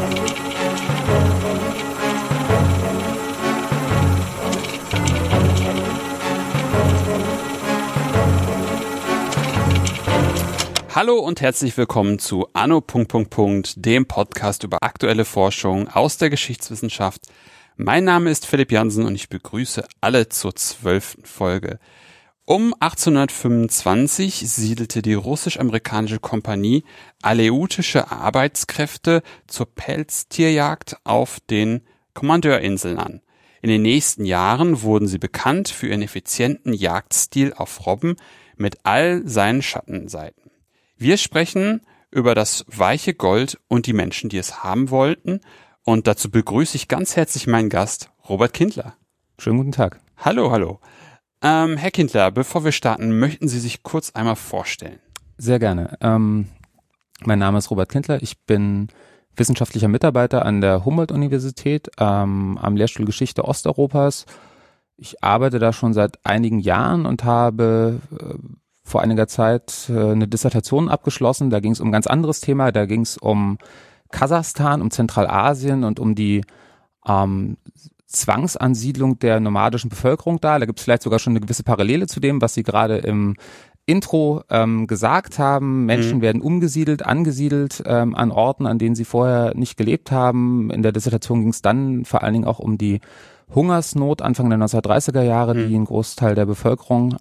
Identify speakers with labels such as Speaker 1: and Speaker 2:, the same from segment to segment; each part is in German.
Speaker 1: Hallo und herzlich willkommen zu Anno... dem Podcast über aktuelle Forschung aus der Geschichtswissenschaft. Mein Name ist Philipp Jansen und ich begrüße alle zur 12. Folge. Um 1825 siedelte die russisch-amerikanische Kompanie aleutische Arbeitskräfte zur Pelztierjagd auf den Kommandeurinseln an. In den nächsten Jahren wurden sie bekannt für ihren effizienten Jagdstil auf Robben mit all seinen Schattenseiten. Wir sprechen über das weiche Gold und die Menschen, die es haben wollten. Und dazu begrüße ich ganz herzlich meinen Gast, Robert Kindler.
Speaker 2: Schönen guten Tag.
Speaker 1: Hallo. Herr Kindler, bevor wir starten, möchten Sie sich kurz einmal vorstellen?
Speaker 2: Sehr gerne. Mein Name ist Robert Kindler. Ich bin wissenschaftlicher Mitarbeiter an der Humboldt-Universität am Lehrstuhl Geschichte Osteuropas. Ich arbeite da schon seit einigen Jahren und habe vor einiger Zeit eine Dissertation abgeschlossen. Da ging es um ein ganz anderes Thema. Da ging es um Kasachstan, um Zentralasien und um die Zwangsansiedlung der nomadischen Bevölkerung da. Da gibt es vielleicht sogar schon eine gewisse Parallele zu dem, was Sie gerade im Intro gesagt haben. Menschen werden umgesiedelt, angesiedelt an Orten, an denen sie vorher nicht gelebt haben. In der Dissertation ging es dann vor allen Dingen auch um die Hungersnot Anfang der 1930er Jahre, die einen Großteil der Bevölkerung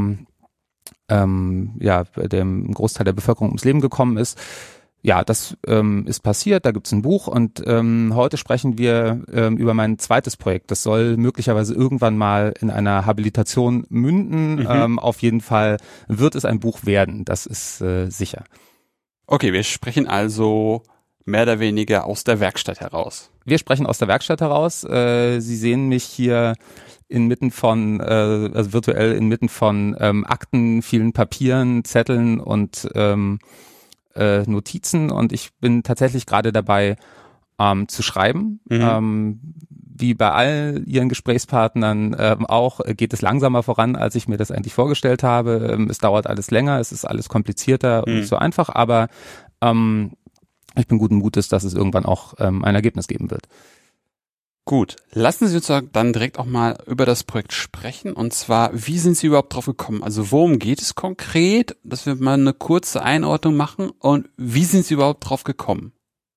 Speaker 2: dem Großteil der Bevölkerung ums Leben gekommen ist. Ja, das ist passiert, da gibt's ein Buch und heute sprechen wir über mein zweites Projekt. Das soll möglicherweise irgendwann mal in einer Habilitation münden. Auf jeden Fall wird es ein Buch werden, das ist sicher.
Speaker 1: Okay, wir sprechen also mehr oder weniger aus der Werkstatt heraus.
Speaker 2: Wir sprechen aus der Werkstatt heraus. Sie sehen mich hier inmitten von, also virtuell inmitten von Akten, vielen Papieren, Zetteln und Notizen und ich bin tatsächlich gerade dabei zu schreiben. Wie bei all Ihren Gesprächspartnern auch geht es langsamer voran, als ich mir das eigentlich vorgestellt habe. Es dauert alles länger, es ist alles komplizierter und nicht so einfach, aber ich bin guten Mutes, dass es irgendwann auch ein Ergebnis geben wird.
Speaker 1: Gut, lassen Sie uns dann direkt auch mal über das Projekt sprechen und zwar, wie sind Sie überhaupt drauf gekommen? Also worum geht es konkret, dass wir mal eine kurze Einordnung machen und wie sind Sie überhaupt drauf gekommen?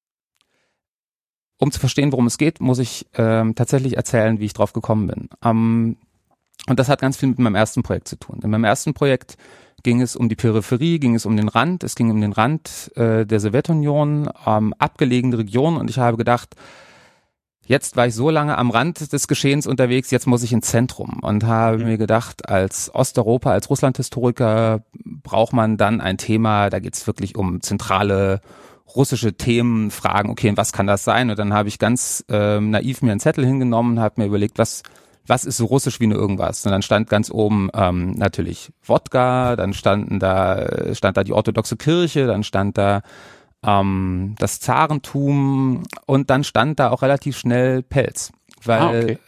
Speaker 2: Um zu verstehen, worum es geht, muss ich tatsächlich erzählen, wie ich drauf gekommen bin. Und das hat ganz viel mit meinem ersten Projekt zu tun. In meinem ersten Projekt ging es um die Peripherie, ging es um den Rand, es ging um den Rand der Sowjetunion, abgelegene Regionen und ich habe gedacht, jetzt war ich so lange am Rand des Geschehens unterwegs, jetzt muss ich ins Zentrum und habe mir gedacht, als Osteuropa, als Russlandhistoriker braucht man dann ein Thema, da geht es wirklich um zentrale russische Themen, Fragen, okay, und was kann das sein? Und dann habe ich ganz naiv mir einen Zettel hingenommen und habe mir überlegt, was ist so russisch wie nur irgendwas? Und dann stand ganz oben natürlich Wodka, dann stand da die orthodoxe Kirche, dann stand da das Zarentum und dann stand da auch relativ schnell Pelz, weil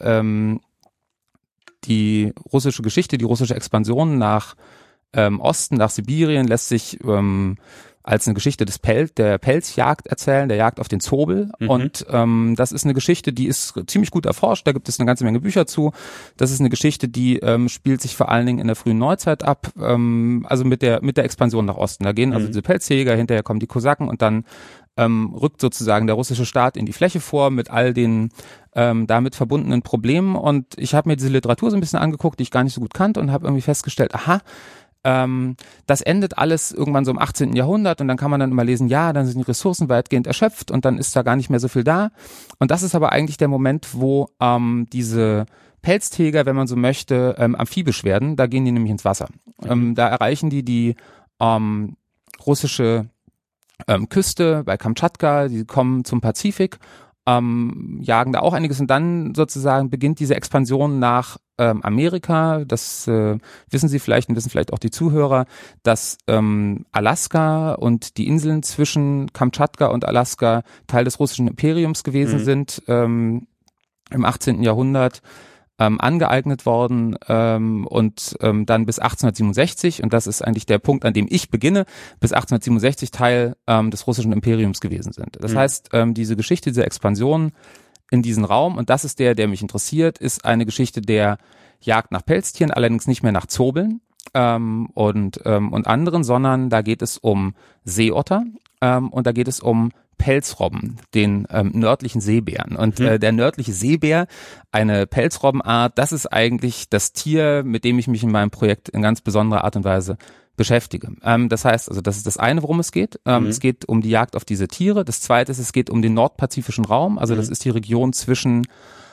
Speaker 2: die russische Geschichte, die russische Expansion nach Osten, nach Sibirien lässt sich als eine Geschichte der Pelzjagd erzählen, der Jagd auf den Zobel. Und das ist eine Geschichte, die ist ziemlich gut erforscht, da gibt es eine ganze Menge Bücher zu. Das ist eine Geschichte, die spielt sich vor allen Dingen in der frühen Neuzeit ab, also mit der Expansion nach Osten. Da gehen also diese Pelzjäger, hinterher kommen die Kosaken und dann rückt sozusagen der russische Staat in die Fläche vor mit all den damit verbundenen Problemen. Und ich habe mir diese Literatur so ein bisschen angeguckt, die ich gar nicht so gut kannte und habe irgendwie festgestellt, das endet alles irgendwann so im 18. Jahrhundert und dann kann man dann immer lesen, ja, dann sind die Ressourcen weitgehend erschöpft und dann ist da gar nicht mehr so viel da. Und das ist aber eigentlich der Moment, wo diese Pelzträger, wenn man so möchte, amphibisch werden. Da gehen die nämlich ins Wasser. Da erreichen die russische Küste bei Kamtschatka, die kommen zum Pazifik, jagen da auch einiges und dann sozusagen beginnt diese Expansion nach Amerika. Das wissen Sie vielleicht und wissen vielleicht auch die Zuhörer, dass Alaska und die Inseln zwischen Kamtschatka und Alaska Teil des russischen Imperiums gewesen sind im 18. Jahrhundert. angeeignet worden und dann bis 1867, und das ist eigentlich der Punkt, an dem ich beginne, bis 1867 Teil des russischen Imperiums gewesen sind. Das heißt, diese Geschichte dieser Expansion in diesen Raum, und das ist der mich interessiert, ist eine Geschichte der Jagd nach Pelztieren, allerdings nicht mehr nach Zobeln und anderen, sondern da geht es um Seeotter und da geht es um Pelzrobben, den nördlichen Seebären. Und der nördliche Seebär, eine Pelzrobbenart, das ist eigentlich das Tier, mit dem ich mich in meinem Projekt in ganz besonderer Art und Weise beschäftige. Das heißt, also das ist das eine, worum es geht. Es geht um die Jagd auf diese Tiere. Das zweite ist, es geht um den nordpazifischen Raum. Also das ist die Region zwischen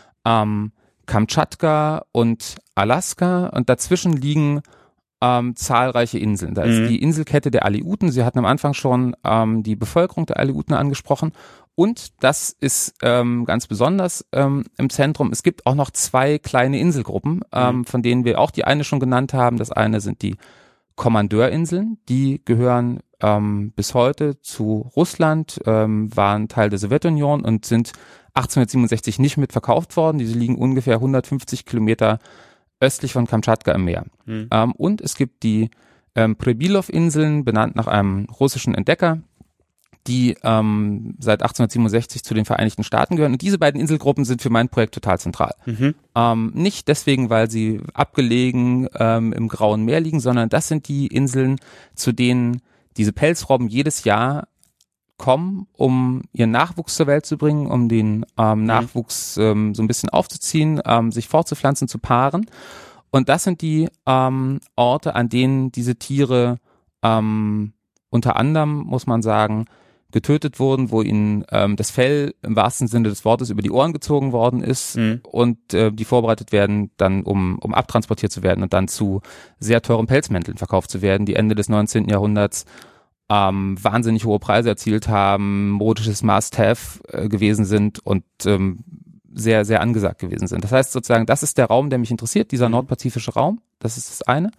Speaker 2: Kamtschatka und Alaska. Und dazwischen liegen zahlreiche Inseln. Da ist die Inselkette der Aleuten. Sie hatten am Anfang schon die Bevölkerung der Aleuten angesprochen. Und das ist ganz besonders im Zentrum. Es gibt auch noch 2 kleine Inselgruppen, von denen wir auch die eine schon genannt haben. Das eine sind die Kommandeurinseln. Die gehören bis heute zu Russland, waren Teil der Sowjetunion und sind 1867 nicht mit verkauft worden. Diese liegen ungefähr 150 Kilometer östlich von Kamtschatka im Meer. Und es gibt die Pribilov-Inseln, benannt nach einem russischen Entdecker, die seit 1867 zu den Vereinigten Staaten gehören. Und diese beiden Inselgruppen sind für mein Projekt total zentral. Nicht deswegen, weil sie abgelegen im Grauen Meer liegen, sondern das sind die Inseln, zu denen diese Pelzrobben jedes Jahr kommen, um ihren Nachwuchs zur Welt zu bringen, um den Nachwuchs so ein bisschen aufzuziehen, sich fortzupflanzen, zu paaren. Und das sind die Orte, an denen diese Tiere unter anderem, muss man sagen, getötet wurden, wo ihnen das Fell im wahrsten Sinne des Wortes über die Ohren gezogen worden ist und die vorbereitet werden, dann um abtransportiert zu werden und dann zu sehr teuren Pelzmänteln verkauft zu werden, die Ende des 19. Jahrhunderts wahnsinnig hohe Preise erzielt haben, modisches Must-Have gewesen sind und sehr, sehr angesagt gewesen sind. Das heißt sozusagen, das ist der Raum, der mich interessiert, dieser nordpazifische Raum, das ist das eine.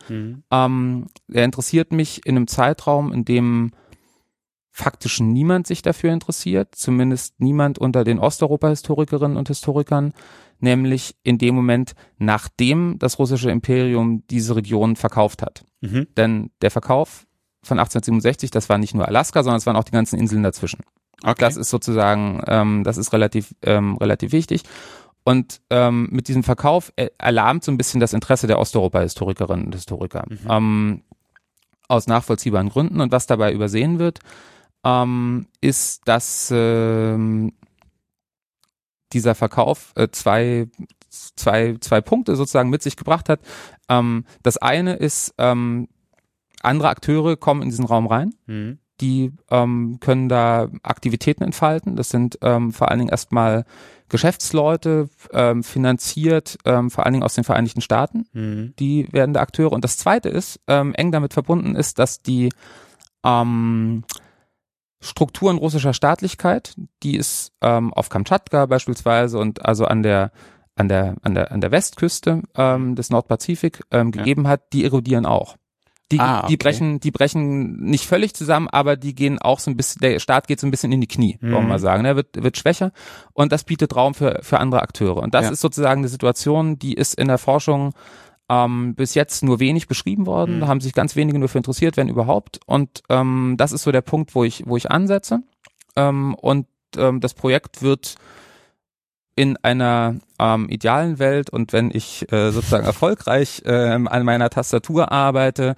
Speaker 2: Er interessiert mich in einem Zeitraum, in dem faktisch niemand sich dafür interessiert, zumindest niemand unter den Osteuropa-Historikerinnen und Historikern, nämlich in dem Moment, nachdem das russische Imperium diese Region verkauft hat. Denn der Verkauf von 1867, das war nicht nur Alaska, sondern es waren auch die ganzen Inseln dazwischen. Okay. Das ist sozusagen, das ist relativ wichtig. Und mit diesem Verkauf erlahmt so ein bisschen das Interesse der Osteuropa-Historikerinnen und Historiker. Aus nachvollziehbaren Gründen. Und was dabei übersehen wird, ist, dass dieser Verkauf zwei Punkte sozusagen mit sich gebracht hat. Das eine ist, andere Akteure kommen in diesen Raum rein, die können da Aktivitäten entfalten. Das sind vor allen Dingen erstmal Geschäftsleute, finanziert, vor allen Dingen aus den Vereinigten Staaten, die werden da Akteure. Und das zweite ist, eng damit verbunden ist, dass die Strukturen russischer Staatlichkeit, die es auf Kamtschatka beispielsweise und also an der Westküste des Nordpazifik gegeben hat, die erodieren auch. Die brechen nicht völlig zusammen, aber die gehen auch so ein bisschen, der Staat geht so ein bisschen in die Knie, wollen wir mal sagen. Er wird schwächer und das bietet Raum für andere Akteure. Und das ist sozusagen eine Situation, die ist in der Forschung bis jetzt nur wenig beschrieben worden. Da haben sich ganz wenige nur für interessiert, wenn überhaupt. Und das ist so der Punkt, wo ich ansetze. Und das Projekt wird in einer idealen Welt und wenn ich sozusagen erfolgreich an meiner Tastatur arbeite,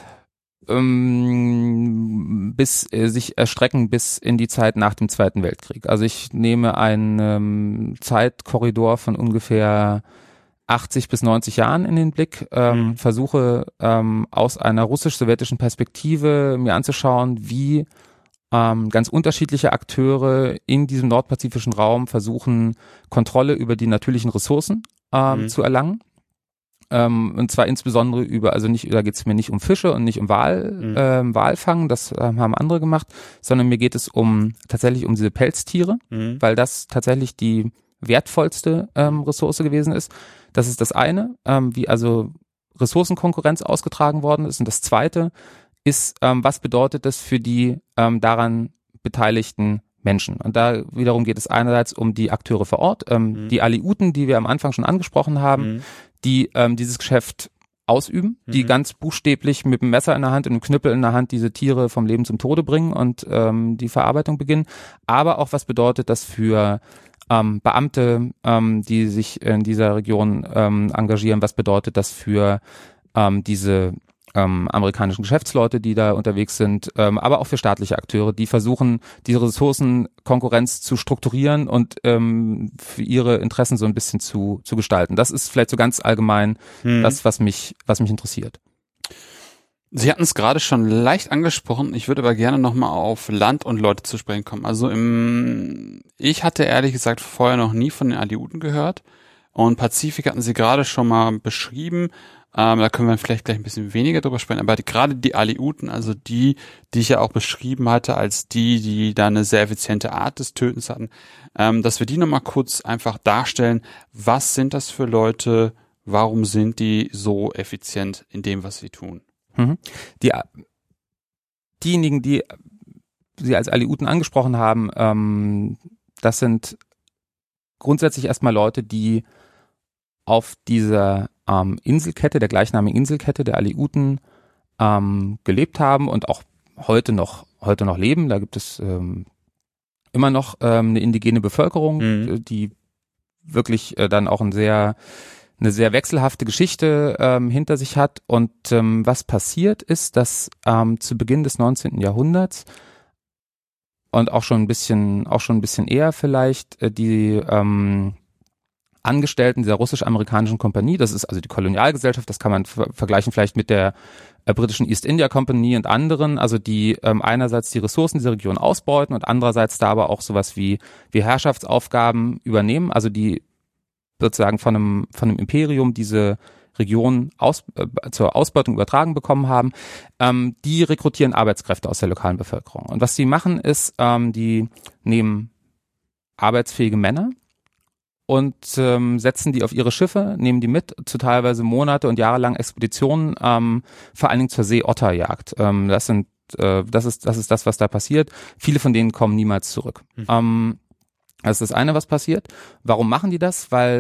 Speaker 2: sich erstrecken bis in die Zeit nach dem Zweiten Weltkrieg. Also ich nehme einen Zeitkorridor von ungefähr 80 bis 90 Jahren in den Blick, versuche aus einer russisch-sowjetischen Perspektive mir anzuschauen, wie ganz unterschiedliche Akteure in diesem nordpazifischen Raum versuchen, Kontrolle über die natürlichen Ressourcen zu erlangen. Und zwar insbesondere da geht es mir nicht um Fische und nicht um Walfang, das haben andere gemacht, sondern mir geht es tatsächlich um diese Pelztiere, weil das tatsächlich die wertvollste Ressource gewesen ist. Das ist das eine, wie also Ressourcenkonkurrenz ausgetragen worden ist. Und das zweite ist, was bedeutet das für die daran beteiligten Menschen. Und da wiederum geht es einerseits um die Akteure vor Ort, die Aleuten, die wir am Anfang schon angesprochen haben, die dieses Geschäft ausüben, die ganz buchstäblich mit einem Messer in der Hand und einem Knüppel in der Hand diese Tiere vom Leben zum Tode bringen und die Verarbeitung beginnen. Aber auch was bedeutet das für Beamte, die sich in dieser Region engagieren, was bedeutet das für diese amerikanischen Geschäftsleute, die da unterwegs sind, aber auch für staatliche Akteure, die versuchen, diese Ressourcenkonkurrenz zu strukturieren und für ihre Interessen so ein bisschen zu gestalten. Das ist vielleicht so ganz allgemein das, was mich interessiert.
Speaker 1: Sie hatten es gerade schon leicht angesprochen. Ich würde aber gerne nochmal auf Land und Leute zu sprechen kommen. Also ich hatte ehrlich gesagt vorher noch nie von den Aleuten gehört. Und Pazifik hatten Sie gerade schon mal beschrieben. Da können wir vielleicht gleich ein bisschen weniger drüber sprechen. Aber gerade die Aleuten, also die ich ja auch beschrieben hatte, als die da eine sehr effiziente Art des Tötens hatten, dass wir die nochmal kurz einfach darstellen. Was sind das für Leute? Warum sind die so effizient in dem, was sie tun?
Speaker 2: Diejenigen, die Sie als Aleuten angesprochen haben, das sind grundsätzlich erstmal Leute, die auf dieser Inselkette, der gleichnamigen Inselkette der Aleuten gelebt haben und auch heute noch leben. Da gibt es immer noch eine indigene Bevölkerung, die wirklich dann auch eine sehr wechselhafte Geschichte hinter sich hat. Und was passiert ist, dass zu Beginn des 19. Jahrhunderts und auch schon ein bisschen eher vielleicht die Angestellten dieser russisch-amerikanischen Kompanie, das ist also die Kolonialgesellschaft, das kann man vergleichen vielleicht mit der britischen East India Company und anderen, also die einerseits die Ressourcen dieser Region ausbeuten und andererseits da aber auch sowas wie Herrschaftsaufgaben übernehmen, also die sozusagen von einem Imperium diese Region zur Ausbeutung übertragen bekommen haben, die rekrutieren Arbeitskräfte aus der lokalen Bevölkerung. Und was sie machen ist, die nehmen arbeitsfähige Männer und setzen die auf ihre Schiffe, nehmen die mit zu teilweise Monate und jahrelangen Expeditionen, vor allen Dingen zur Seeotterjagd. Das ist das, was da passiert. Viele von denen kommen niemals zurück. Das ist das eine, was passiert. Warum machen die das? Weil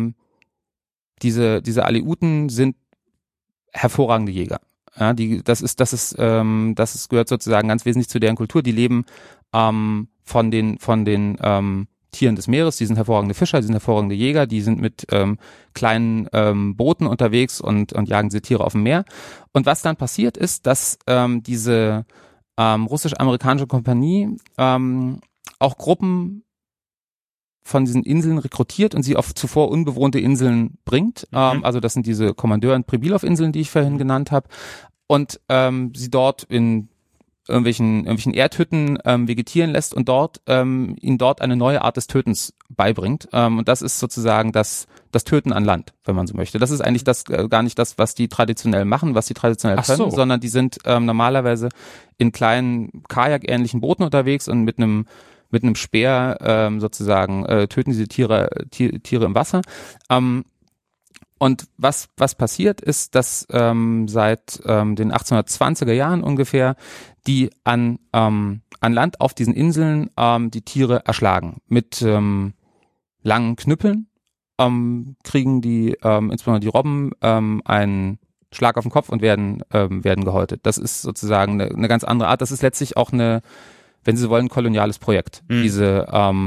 Speaker 2: diese Aleuten sind hervorragende Jäger. Ja, das gehört sozusagen ganz wesentlich zu deren Kultur. Die leben von den Tieren des Meeres, die sind hervorragende Fischer, die sind hervorragende Jäger, die sind mit kleinen Booten unterwegs und jagen diese Tiere auf dem Meer. Und was dann passiert ist, dass diese russisch-amerikanische Kompanie auch Gruppen von diesen Inseln rekrutiert und sie auf zuvor unbewohnte Inseln bringt. Also das sind diese Kommandeur- und Pribilow-Inseln, die ich vorhin genannt habe. Und sie dort in irgendwelchen Erdhütten vegetieren lässt und ihnen dort eine neue Art des Tötens beibringt. Und das ist sozusagen das Töten an Land, wenn man so möchte. Das ist eigentlich gar nicht das, was die traditionell machen, was die traditionell können, sondern die sind normalerweise in kleinen Kajak-ähnlichen Booten unterwegs und mit einem Speer sozusagen töten diese Tiere im Wasser. Und was passiert ist, dass seit den 1820er Jahren ungefähr die an Land auf diesen Inseln die Tiere erschlagen. Mit langen Knüppeln kriegen die insbesondere die Robben einen Schlag auf den Kopf und werden gehäutet. Das ist sozusagen eine ganz andere Art. Das ist letztlich auch wenn Sie so wollen, ein koloniales Projekt, diese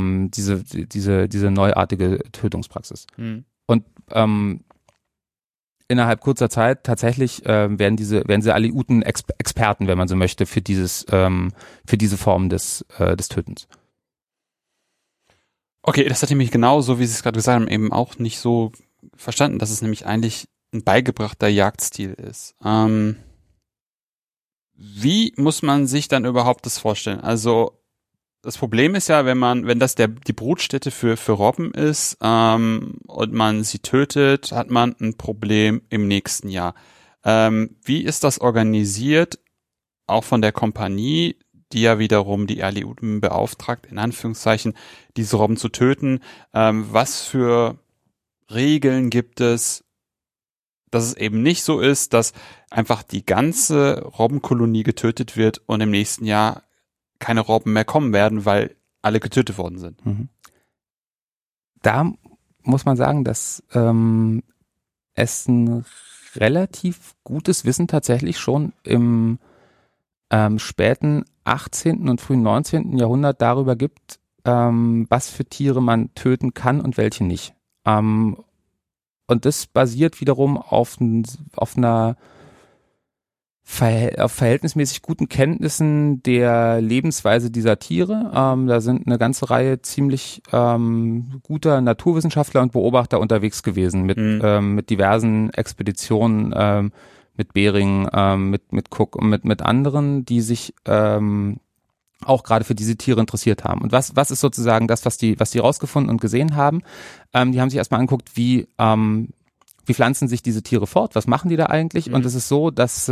Speaker 2: neuartige Tötungspraxis. Und innerhalb kurzer Zeit tatsächlich werden diese Aleuten Experten, wenn man so möchte, für diese Form des Tötens.
Speaker 1: Okay, das hatte mich genau so, wie Sie es gerade gesagt haben, eben auch nicht so verstanden, dass es nämlich eigentlich ein beigebrachter Jagdstil ist. Wie muss man sich dann überhaupt das vorstellen? Also das Problem ist ja, wenn das die Brutstätte für Robben ist und man sie tötet, hat man ein Problem im nächsten Jahr. Wie ist das organisiert, auch von der Kompanie, die ja wiederum die Aleuten beauftragt, in Anführungszeichen, diese Robben zu töten? Was für Regeln gibt es, dass es eben nicht so ist, dass einfach die ganze Robbenkolonie getötet wird und im nächsten Jahr keine Robben mehr kommen werden, weil alle getötet worden sind.
Speaker 2: Mhm. Da muss man sagen, dass es ein relativ gutes Wissen tatsächlich schon im späten 18. und frühen 19. Jahrhundert darüber gibt, was für Tiere man töten kann und welche nicht. Und das basiert wiederum auf verhältnismäßig guten Kenntnissen der Lebensweise dieser Tiere. Da sind eine ganze Reihe ziemlich guter Naturwissenschaftler und Beobachter unterwegs gewesen mit diversen Expeditionen, mit Bering, mit Cook und mit anderen, die sich auch gerade für diese Tiere interessiert haben. Und was ist sozusagen das, was die rausgefunden und gesehen haben? Die haben sich erstmal angeguckt, wie pflanzen sich diese Tiere fort? Was machen die da eigentlich? Und es ist so, dass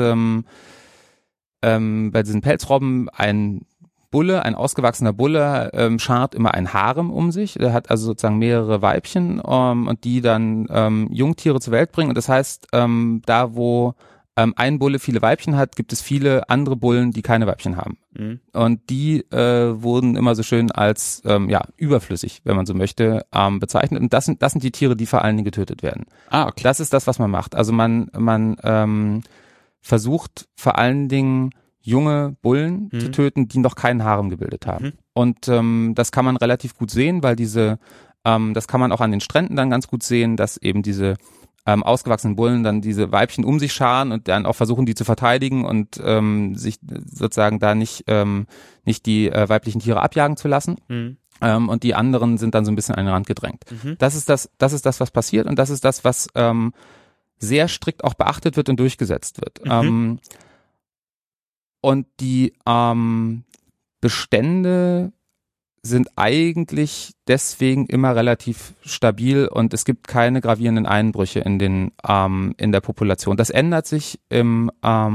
Speaker 2: bei diesen Pelzrobben ein ausgewachsener Bulle schart immer ein Harem um sich. Der hat also sozusagen mehrere Weibchen und die dann Jungtiere zur Welt bringen. Und das heißt, da wo ein Bulle viele Weibchen hat, gibt es viele andere Bullen, die keine Weibchen haben. Mhm. Und die wurden immer so schön als überflüssig, wenn man so möchte, bezeichnet. Und das sind die Tiere, die vor allen Dingen getötet werden. Ah, okay. Das ist das, was man macht. Also man versucht vor allen Dingen junge Bullen zu töten, die noch keinen Harem gebildet haben. Mhm. Und das kann man relativ gut sehen, weil das kann man auch an den Stränden dann ganz gut sehen, dass eben diese ausgewachsenen Bullen dann diese Weibchen um sich scharen und dann auch versuchen, die zu verteidigen und sich sozusagen da nicht die weiblichen Tiere abjagen zu lassen. Mhm. Und die anderen sind dann so ein bisschen an den Rand gedrängt. Mhm. Das ist das, was passiert und das ist das, was sehr strikt auch beachtet wird und durchgesetzt wird. Mhm. Und die Bestände sind eigentlich deswegen immer relativ stabil und es gibt keine gravierenden Einbrüche in der Population. Das ändert sich im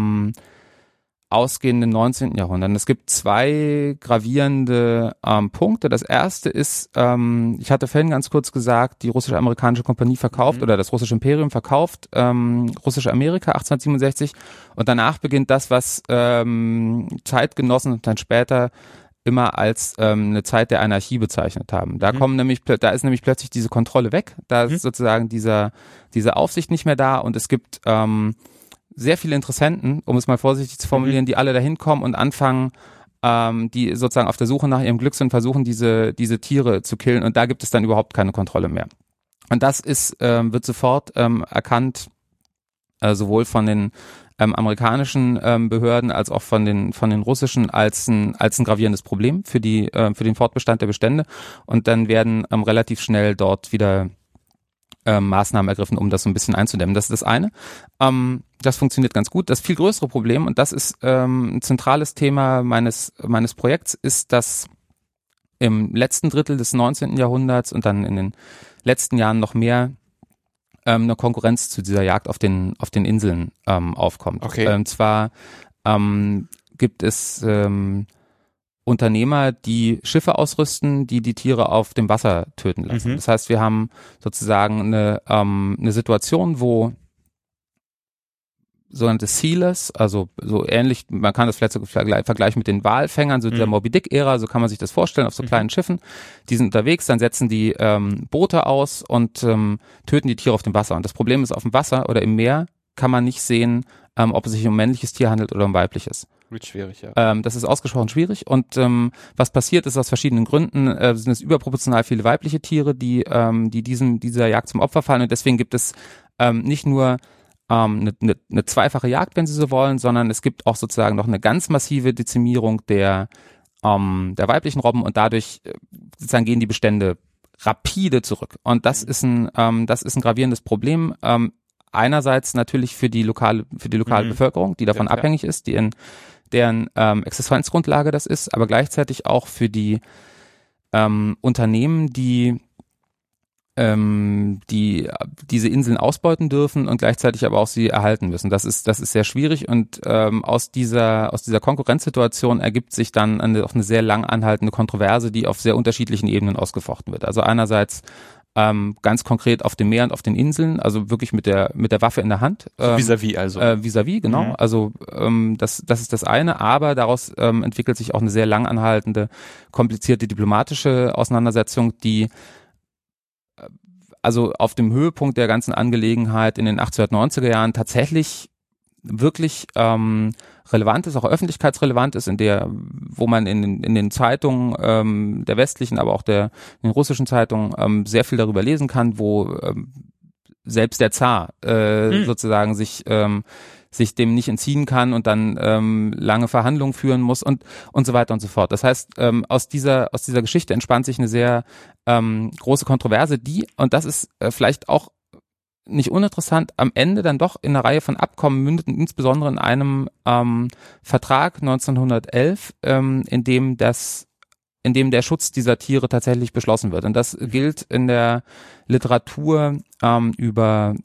Speaker 2: ausgehenden 19. Jahrhundert. Es gibt zwei gravierende Punkte. Das erste ist, ich hatte vorhin ganz kurz gesagt, die russisch-amerikanische Kompanie verkauft oder das russische Imperium verkauft russische Amerika 1867 und danach beginnt das, was Zeitgenossen und dann später immer als eine Zeit der Anarchie bezeichnet haben. Da ist nämlich plötzlich diese Kontrolle weg, da ist sozusagen diese Aufsicht nicht mehr da und es gibt sehr viele Interessenten, um es mal vorsichtig zu formulieren, die alle dahin kommen und anfangen, die sozusagen auf der Suche nach ihrem Glück sind, versuchen diese Tiere zu killen und da gibt es dann überhaupt keine Kontrolle mehr. Und das wird sofort erkannt, sowohl von den amerikanischen Behörden als auch von den russischen als ein gravierendes Problem für den Fortbestand der Bestände und dann werden relativ schnell dort wieder Maßnahmen ergriffen, um das so ein bisschen einzudämmen. Das ist das eine. Das funktioniert ganz gut. Das viel größere Problem, und das ist ein zentrales Thema meines Projekts, ist, dass im letzten Drittel des 19. Jahrhunderts und dann in den letzten Jahren noch mehr eine Konkurrenz zu dieser Jagd auf den Inseln aufkommt. Okay. Zwar gibt es Unternehmer, die Schiffe ausrüsten, die Tiere auf dem Wasser töten lassen. Mhm. Das heißt, wir haben sozusagen eine Situation, wo sogenannte Sealers, also so ähnlich, man kann das vielleicht so vergleichen mit den Walfängern, so der Moby Dick-Ära, so kann man sich das vorstellen, auf so kleinen Schiffen. Die sind unterwegs, dann setzen die Boote aus und töten die Tiere auf dem Wasser. Und das Problem ist, auf dem Wasser oder im Meer kann man nicht sehen, ob es sich um männliches Tier handelt oder um weibliches.
Speaker 1: Wird schwierig, ja.
Speaker 2: Das ist ausgesprochen schwierig und was passiert ist aus verschiedenen Gründen, sind es überproportional viele weibliche Tiere, die dieser Jagd zum Opfer fallen und deswegen gibt es nicht nur eine zweifache Jagd, wenn Sie so wollen, sondern es gibt auch sozusagen noch eine ganz massive Dezimierung der weiblichen Robben und dadurch sozusagen gehen die Bestände rapide zurück und das ist ein gravierendes Problem. Einerseits natürlich für die lokale Bevölkerung, die davon abhängig ist, deren Existenzgrundlage das ist, aber gleichzeitig auch für die Unternehmen, die diese Inseln ausbeuten dürfen und gleichzeitig aber auch sie erhalten müssen. Das ist sehr schwierig und aus dieser Konkurrenzsituation ergibt sich dann auch eine sehr lang anhaltende Kontroverse, die auf sehr unterschiedlichen Ebenen ausgefochten wird. Also einerseits ganz konkret auf dem Meer und auf den Inseln, also wirklich mit der Waffe in der Hand.
Speaker 1: Vis-à-vis also.
Speaker 2: Vis-à-vis, genau.
Speaker 1: Mhm.
Speaker 2: Also das ist das eine, aber daraus entwickelt sich auch eine sehr lang anhaltende, komplizierte diplomatische Auseinandersetzung, die also auf dem Höhepunkt der ganzen Angelegenheit in den 1890er Jahren tatsächlich wirklich relevant ist, auch öffentlichkeitsrelevant ist, wo man in den Zeitungen der westlichen, aber auch in den russischen Zeitungen sehr viel darüber lesen kann, wo selbst der Zar sozusagen sich dem nicht entziehen kann und dann lange Verhandlungen führen muss und so weiter und so fort. Das heißt, aus dieser Geschichte entspannt sich eine sehr große Kontroverse, und das ist vielleicht auch nicht uninteressant, am Ende dann doch in einer Reihe von Abkommen mündeten, insbesondere in einem Vertrag 1911, in dem der Schutz dieser Tiere tatsächlich beschlossen wird. Und das gilt in der Literatur über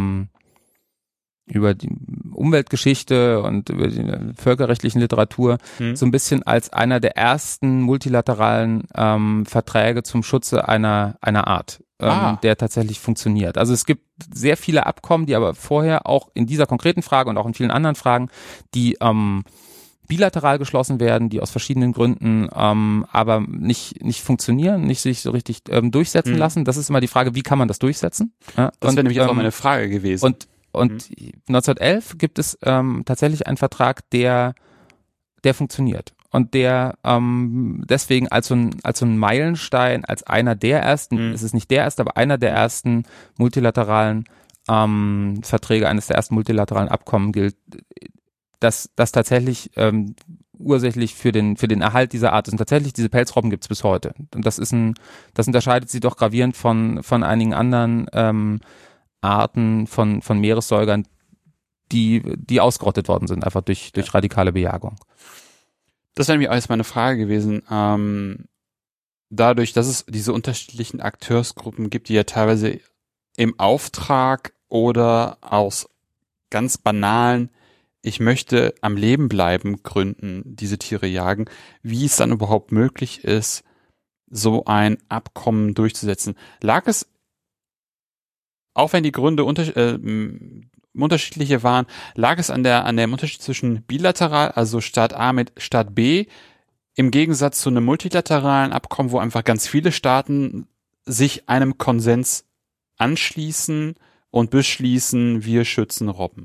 Speaker 2: die Umweltgeschichte und über die völkerrechtlichen Literatur so ein bisschen als einer der ersten multilateralen Verträge zum Schutze einer Art, der tatsächlich funktioniert. Also es gibt sehr viele Abkommen, die aber vorher auch in dieser konkreten Frage und auch in vielen anderen Fragen, die bilateral geschlossen werden, die aus verschiedenen Gründen aber nicht funktionieren, nicht sich so richtig durchsetzen lassen. Das ist immer die Frage, wie kann man das durchsetzen? Ja,
Speaker 1: das wäre nämlich jetzt auch meine Frage gewesen.
Speaker 2: Und 1911 gibt es tatsächlich einen Vertrag, der funktioniert und der deswegen als so ein Meilenstein, als einer der ersten, es ist nicht der erste, aber einer der ersten multilateralen Verträge, eines der ersten multilateralen Abkommen gilt, das tatsächlich ursächlich für den Erhalt dieser Art ist. Und tatsächlich, diese Pelzrobben gibt es bis heute. Und das unterscheidet sie doch gravierend von einigen anderen Arten von Meeressäugern, die ausgerottet worden sind, einfach durch radikale Bejagung.
Speaker 1: Das wäre nämlich alles meine Frage gewesen. Dadurch, dass es diese unterschiedlichen Akteursgruppen gibt, die ja teilweise im Auftrag oder aus ganz banalen, ich möchte am Leben bleiben, Gründen diese Tiere jagen, wie es dann überhaupt möglich ist, so ein Abkommen durchzusetzen. Lag es, auch wenn die Gründe unterschiedliche waren, lag es an dem Unterschied zwischen bilateral, also Staat A mit Staat B, im Gegensatz zu einem multilateralen Abkommen, wo einfach ganz viele Staaten sich einem Konsens anschließen und beschließen, wir schützen Robben?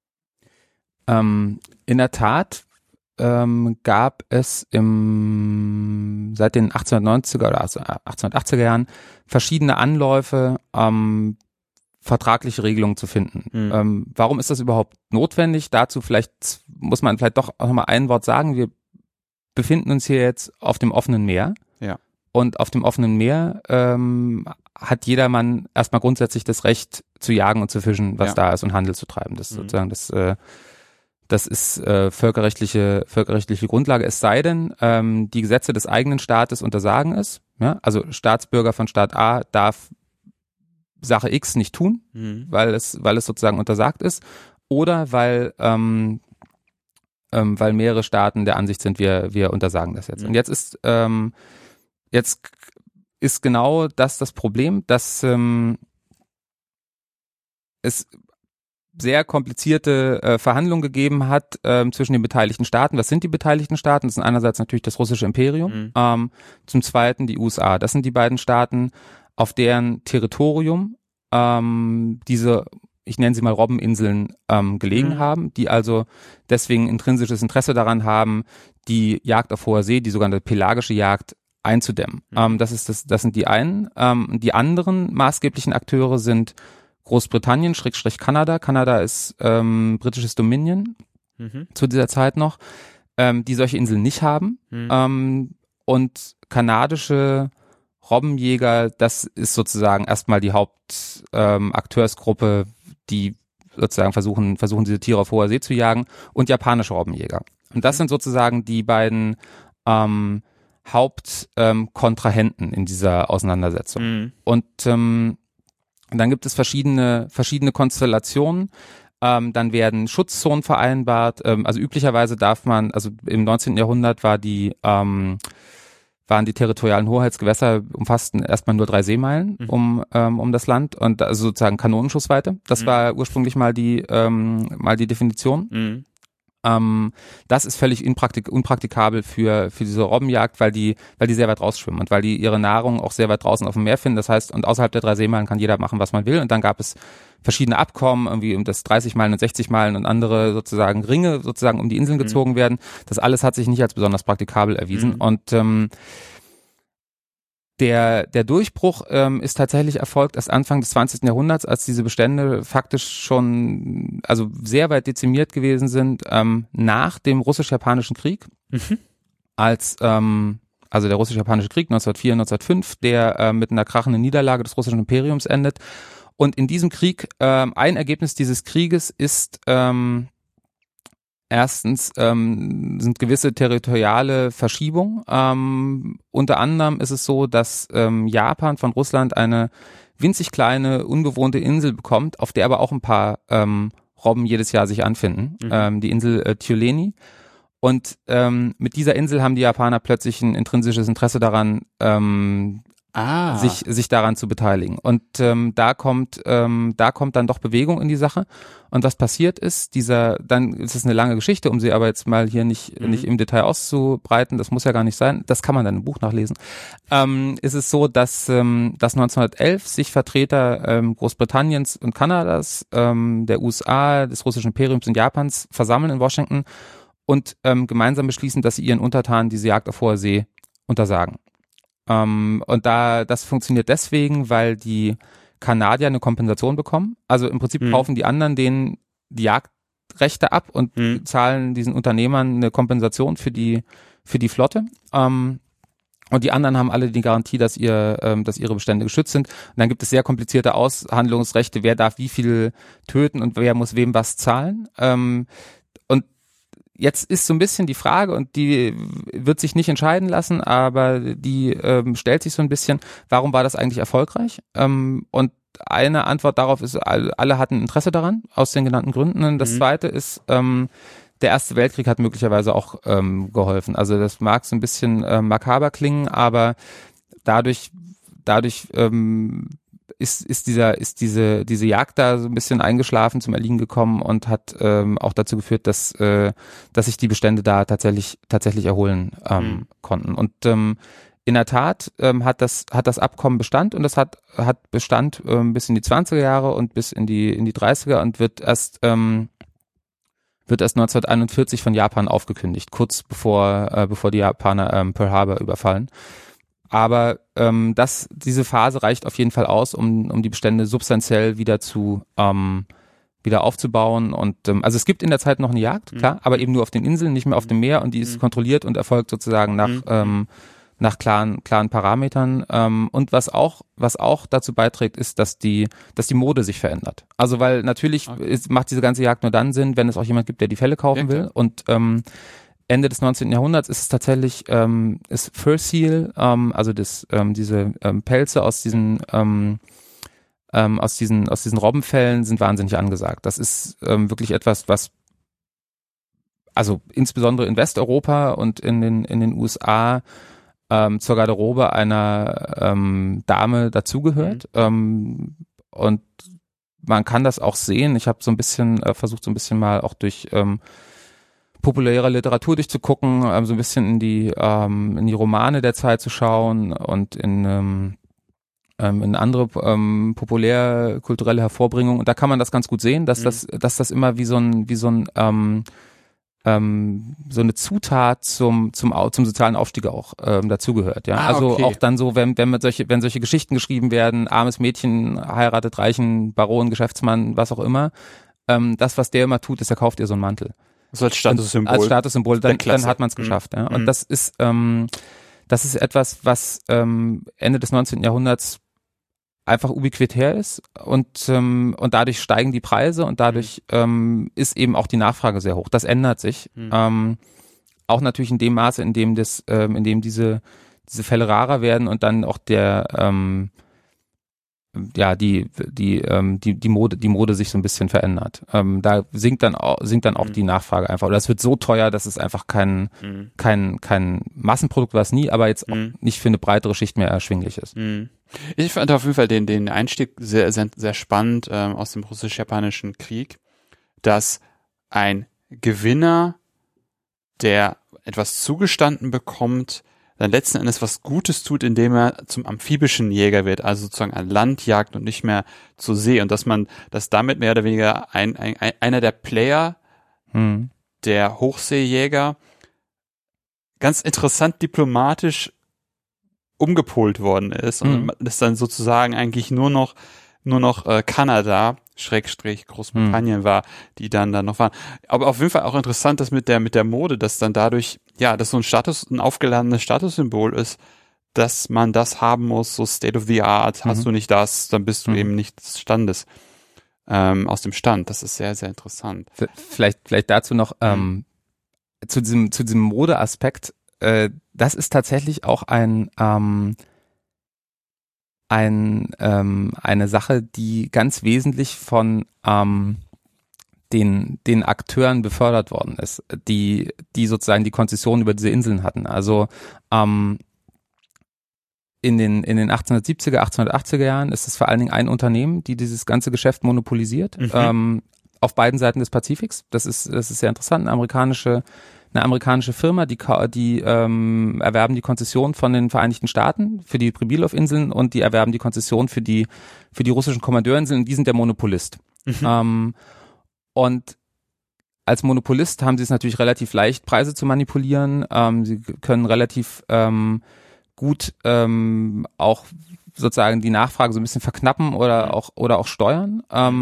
Speaker 2: In der Tat gab es seit den 1890er oder 1880er Jahren verschiedene Anläufe, vertragliche Regelungen zu finden. Warum ist das überhaupt notwendig? Dazu muss man doch auch nochmal ein Wort sagen. Wir befinden uns hier jetzt auf dem offenen Meer.
Speaker 1: Ja. Und
Speaker 2: auf dem offenen Meer hat jedermann erstmal grundsätzlich das Recht zu jagen und zu fischen, was da ist, und Handel zu treiben. Das ist sozusagen das ist völkerrechtliche Grundlage, es sei denn, die Gesetze des eigenen Staates untersagen es. Ja? Also Staatsbürger von Staat A darf Sache X nicht tun, weil es sozusagen untersagt ist, oder weil mehrere Staaten der Ansicht sind, wir untersagen das jetzt. Und jetzt ist genau das Problem, dass es sehr komplizierte Verhandlungen gegeben hat zwischen den beteiligten Staaten. Was sind die beteiligten Staaten? Das sind einerseits natürlich das russische Imperium, zum Zweiten die USA. Das sind die beiden Staaten, auf deren Territorium diese, ich nenne sie mal Robbeninseln, gelegen haben, die also deswegen intrinsisches Interesse daran haben, die Jagd auf hoher See, die sogenannte pelagische Jagd, einzudämmen. Das sind die einen. Die anderen maßgeblichen Akteure sind Großbritannien, Kanada. Kanada ist britisches Dominion zu dieser Zeit noch, die solche Inseln nicht haben. Und kanadische Robbenjäger, das ist sozusagen erstmal die Hauptakteursgruppe, die sozusagen versuchen diese Tiere auf hoher See zu jagen, und japanische Robbenjäger. Und das sind sozusagen die beiden Hauptkontrahenten in dieser Auseinandersetzung. Und dann gibt es verschiedene Konstellationen. Dann werden Schutzzonen vereinbart. Also üblicherweise darf man, also im 19. Jahrhundert war die waren die territorialen Hoheitsgewässer, umfassten erstmal nur 3 Seemeilen um das Land und also sozusagen Kanonenschussweite. Das war ursprünglich mal die Definition. Das ist völlig unpraktikabel für diese Robbenjagd, weil die sehr weit rausschwimmen und weil die ihre Nahrung auch sehr weit draußen auf dem Meer finden. Das heißt, und außerhalb der 3 Seemeilen kann jeder machen, was man will. Und dann gab es verschiedene Abkommen, irgendwie um das 30 Meilen und 60 Meilen und andere sozusagen Ringe sozusagen um die Inseln gezogen werden. Das alles hat sich nicht als besonders praktikabel erwiesen. Und der Durchbruch ist tatsächlich erfolgt erst Anfang des 20. Jahrhunderts, als diese Bestände faktisch schon also sehr weit dezimiert gewesen sind, nach dem russisch-japanischen Krieg, als also der russisch-japanische Krieg 1904, 1905, der mit einer krachenden Niederlage des russischen Imperiums endet. Und in diesem Krieg, ein Ergebnis dieses Krieges ist erstens sind gewisse territoriale Verschiebungen. Unter anderem ist es so, dass Japan von Russland eine winzig kleine, unbewohnte Insel bekommt, auf der aber auch ein paar Robben jedes Jahr sich anfinden. Die Insel Tjuleni. Und mit dieser Insel haben die Japaner plötzlich ein intrinsisches Interesse daran, sich daran zu beteiligen. Und da kommt dann doch Bewegung in die Sache. Und was passiert ist, dann ist es eine lange Geschichte, um sie aber jetzt mal hier nicht im Detail auszubreiten, das muss ja gar nicht sein, das kann man dann im Buch nachlesen, ist es so, dass 1911 sich Vertreter Großbritanniens und Kanadas, der USA, des russischen Imperiums und Japans versammeln in Washington und gemeinsam beschließen, dass sie ihren Untertanen diese Jagd auf hoher See untersagen. Und das funktioniert deswegen, weil die Kanadier eine Kompensation bekommen. Also im Prinzip kaufen die anderen denen die Jagdrechte ab und zahlen diesen Unternehmern eine Kompensation für die Flotte. Und die anderen haben alle die Garantie, dass ihre Bestände geschützt sind. Und dann gibt es sehr komplizierte Aushandlungsrechte, wer darf wie viel töten und wer muss wem was zahlen. Und jetzt ist so ein bisschen die Frage, und die wird sich nicht entscheiden lassen, aber die stellt sich so ein bisschen, warum war das eigentlich erfolgreich? Und eine Antwort darauf ist, alle hatten Interesse daran, aus den genannten Gründen. Und das zweite ist, der Erste Weltkrieg hat möglicherweise auch geholfen. Also das mag so ein bisschen makaber klingen, aber dadurch ist diese Jagd da so ein bisschen eingeschlafen, zum Erliegen gekommen und hat auch dazu geführt, dass sich die Bestände da tatsächlich erholen konnten. Und in der Tat hat das Abkommen Bestand, und das hat Bestand bis in die 20er Jahre und bis in die 30er und wird erst 1941 von Japan aufgekündigt, kurz bevor die Japaner Pearl Harbor überfallen. Aber diese Phase reicht auf jeden Fall aus, um die Bestände substanziell wieder aufzubauen. Und also es gibt in der Zeit noch eine Jagd, klar, aber eben nur auf den Inseln, nicht mehr auf dem Meer, und die ist kontrolliert und erfolgt sozusagen nach klaren Parametern. Und was auch dazu beiträgt, ist, dass die Mode sich verändert. Also weil natürlich macht diese ganze Jagd nur dann Sinn, wenn es auch jemand gibt, der die Felle kaufen will. Und Ende des 19. Jahrhunderts ist es tatsächlich ist Fur Seal, also diese Pelze aus diesen Robbenfellen sind wahnsinnig angesagt. Das ist wirklich etwas, was also insbesondere in Westeuropa und in den USA zur Garderobe einer Dame dazugehört. Und man kann das auch sehen. Ich habe versucht so ein bisschen mal auch durch populäre Literatur durchzugucken, so ein bisschen in die Romane der Zeit zu schauen und in andere populärkulturelle Hervorbringungen. Und da kann man das ganz gut sehen, dass das immer wie so eine Zutat zum sozialen Aufstieg auch dazugehört. Ja, also okay. Auch dann so, wenn solche Geschichten geschrieben werden, armes Mädchen heiratet reichen Baron, Geschäftsmann, was auch immer. Das, was der immer tut, ist, er kauft ihr so einen Mantel.
Speaker 1: So als Statussymbol.
Speaker 2: Als Statussymbol, dann hat man es geschafft. Ja. Und das ist etwas, was Ende des 19. Jahrhunderts einfach ubiquitär ist, und dadurch steigen die Preise, und dadurch ist eben auch die Nachfrage sehr hoch. Das ändert sich. Auch natürlich in dem Maße, in dem diese Fälle rarer werden und dann auch die Mode sich so ein bisschen verändert. Da sinkt dann auch die Nachfrage einfach. Oder es wird so teuer, dass es einfach kein Massenprodukt war es nie, aber jetzt auch nicht für eine breitere Schicht mehr erschwinglich ist.
Speaker 1: Ich fand auf jeden Fall den Einstieg sehr, sehr, sehr spannend aus dem russisch-japanischen Krieg, dass ein Gewinner, der etwas zugestanden bekommt, dann letzten Endes was Gutes tut, indem er zum amphibischen Jäger wird, also sozusagen an Land jagt und nicht mehr zur See. Und dass damit mehr oder weniger einer der Player, der Hochseejäger, ganz interessant diplomatisch umgepolt worden ist und das dann sozusagen eigentlich nur noch Kanada / Großbritannien war, die dann noch waren. Aber auf jeden Fall auch interessant, dass mit der Mode, dass dann dadurch, dass so ein aufgeladenes Statussymbol ist, dass man das haben muss, so State of the Art, hast du nicht das, dann bist du eben nicht des Standes, aus dem Stand. Das ist sehr, sehr interessant.
Speaker 2: Vielleicht dazu noch, zu diesem Modeaspekt, das ist tatsächlich auch eine Sache, die ganz wesentlich von den Akteuren befördert worden ist, die sozusagen die Konzession über diese Inseln hatten. Also in den 1870er, 1880er Jahren ist es vor allen Dingen ein Unternehmen, die dieses ganze Geschäft monopolisiert, auf beiden Seiten des Pazifiks. Das ist sehr interessant. Eine amerikanische Firma, die erwerben die Konzession von den Vereinigten Staaten für die Pribilov-Inseln und die erwerben die Konzession für die russischen Kommandeurinseln, und die sind der Monopolist. Und als Monopolist haben sie es natürlich relativ leicht, Preise zu manipulieren. Sie können relativ gut auch sozusagen die Nachfrage so ein bisschen verknappen oder auch steuern.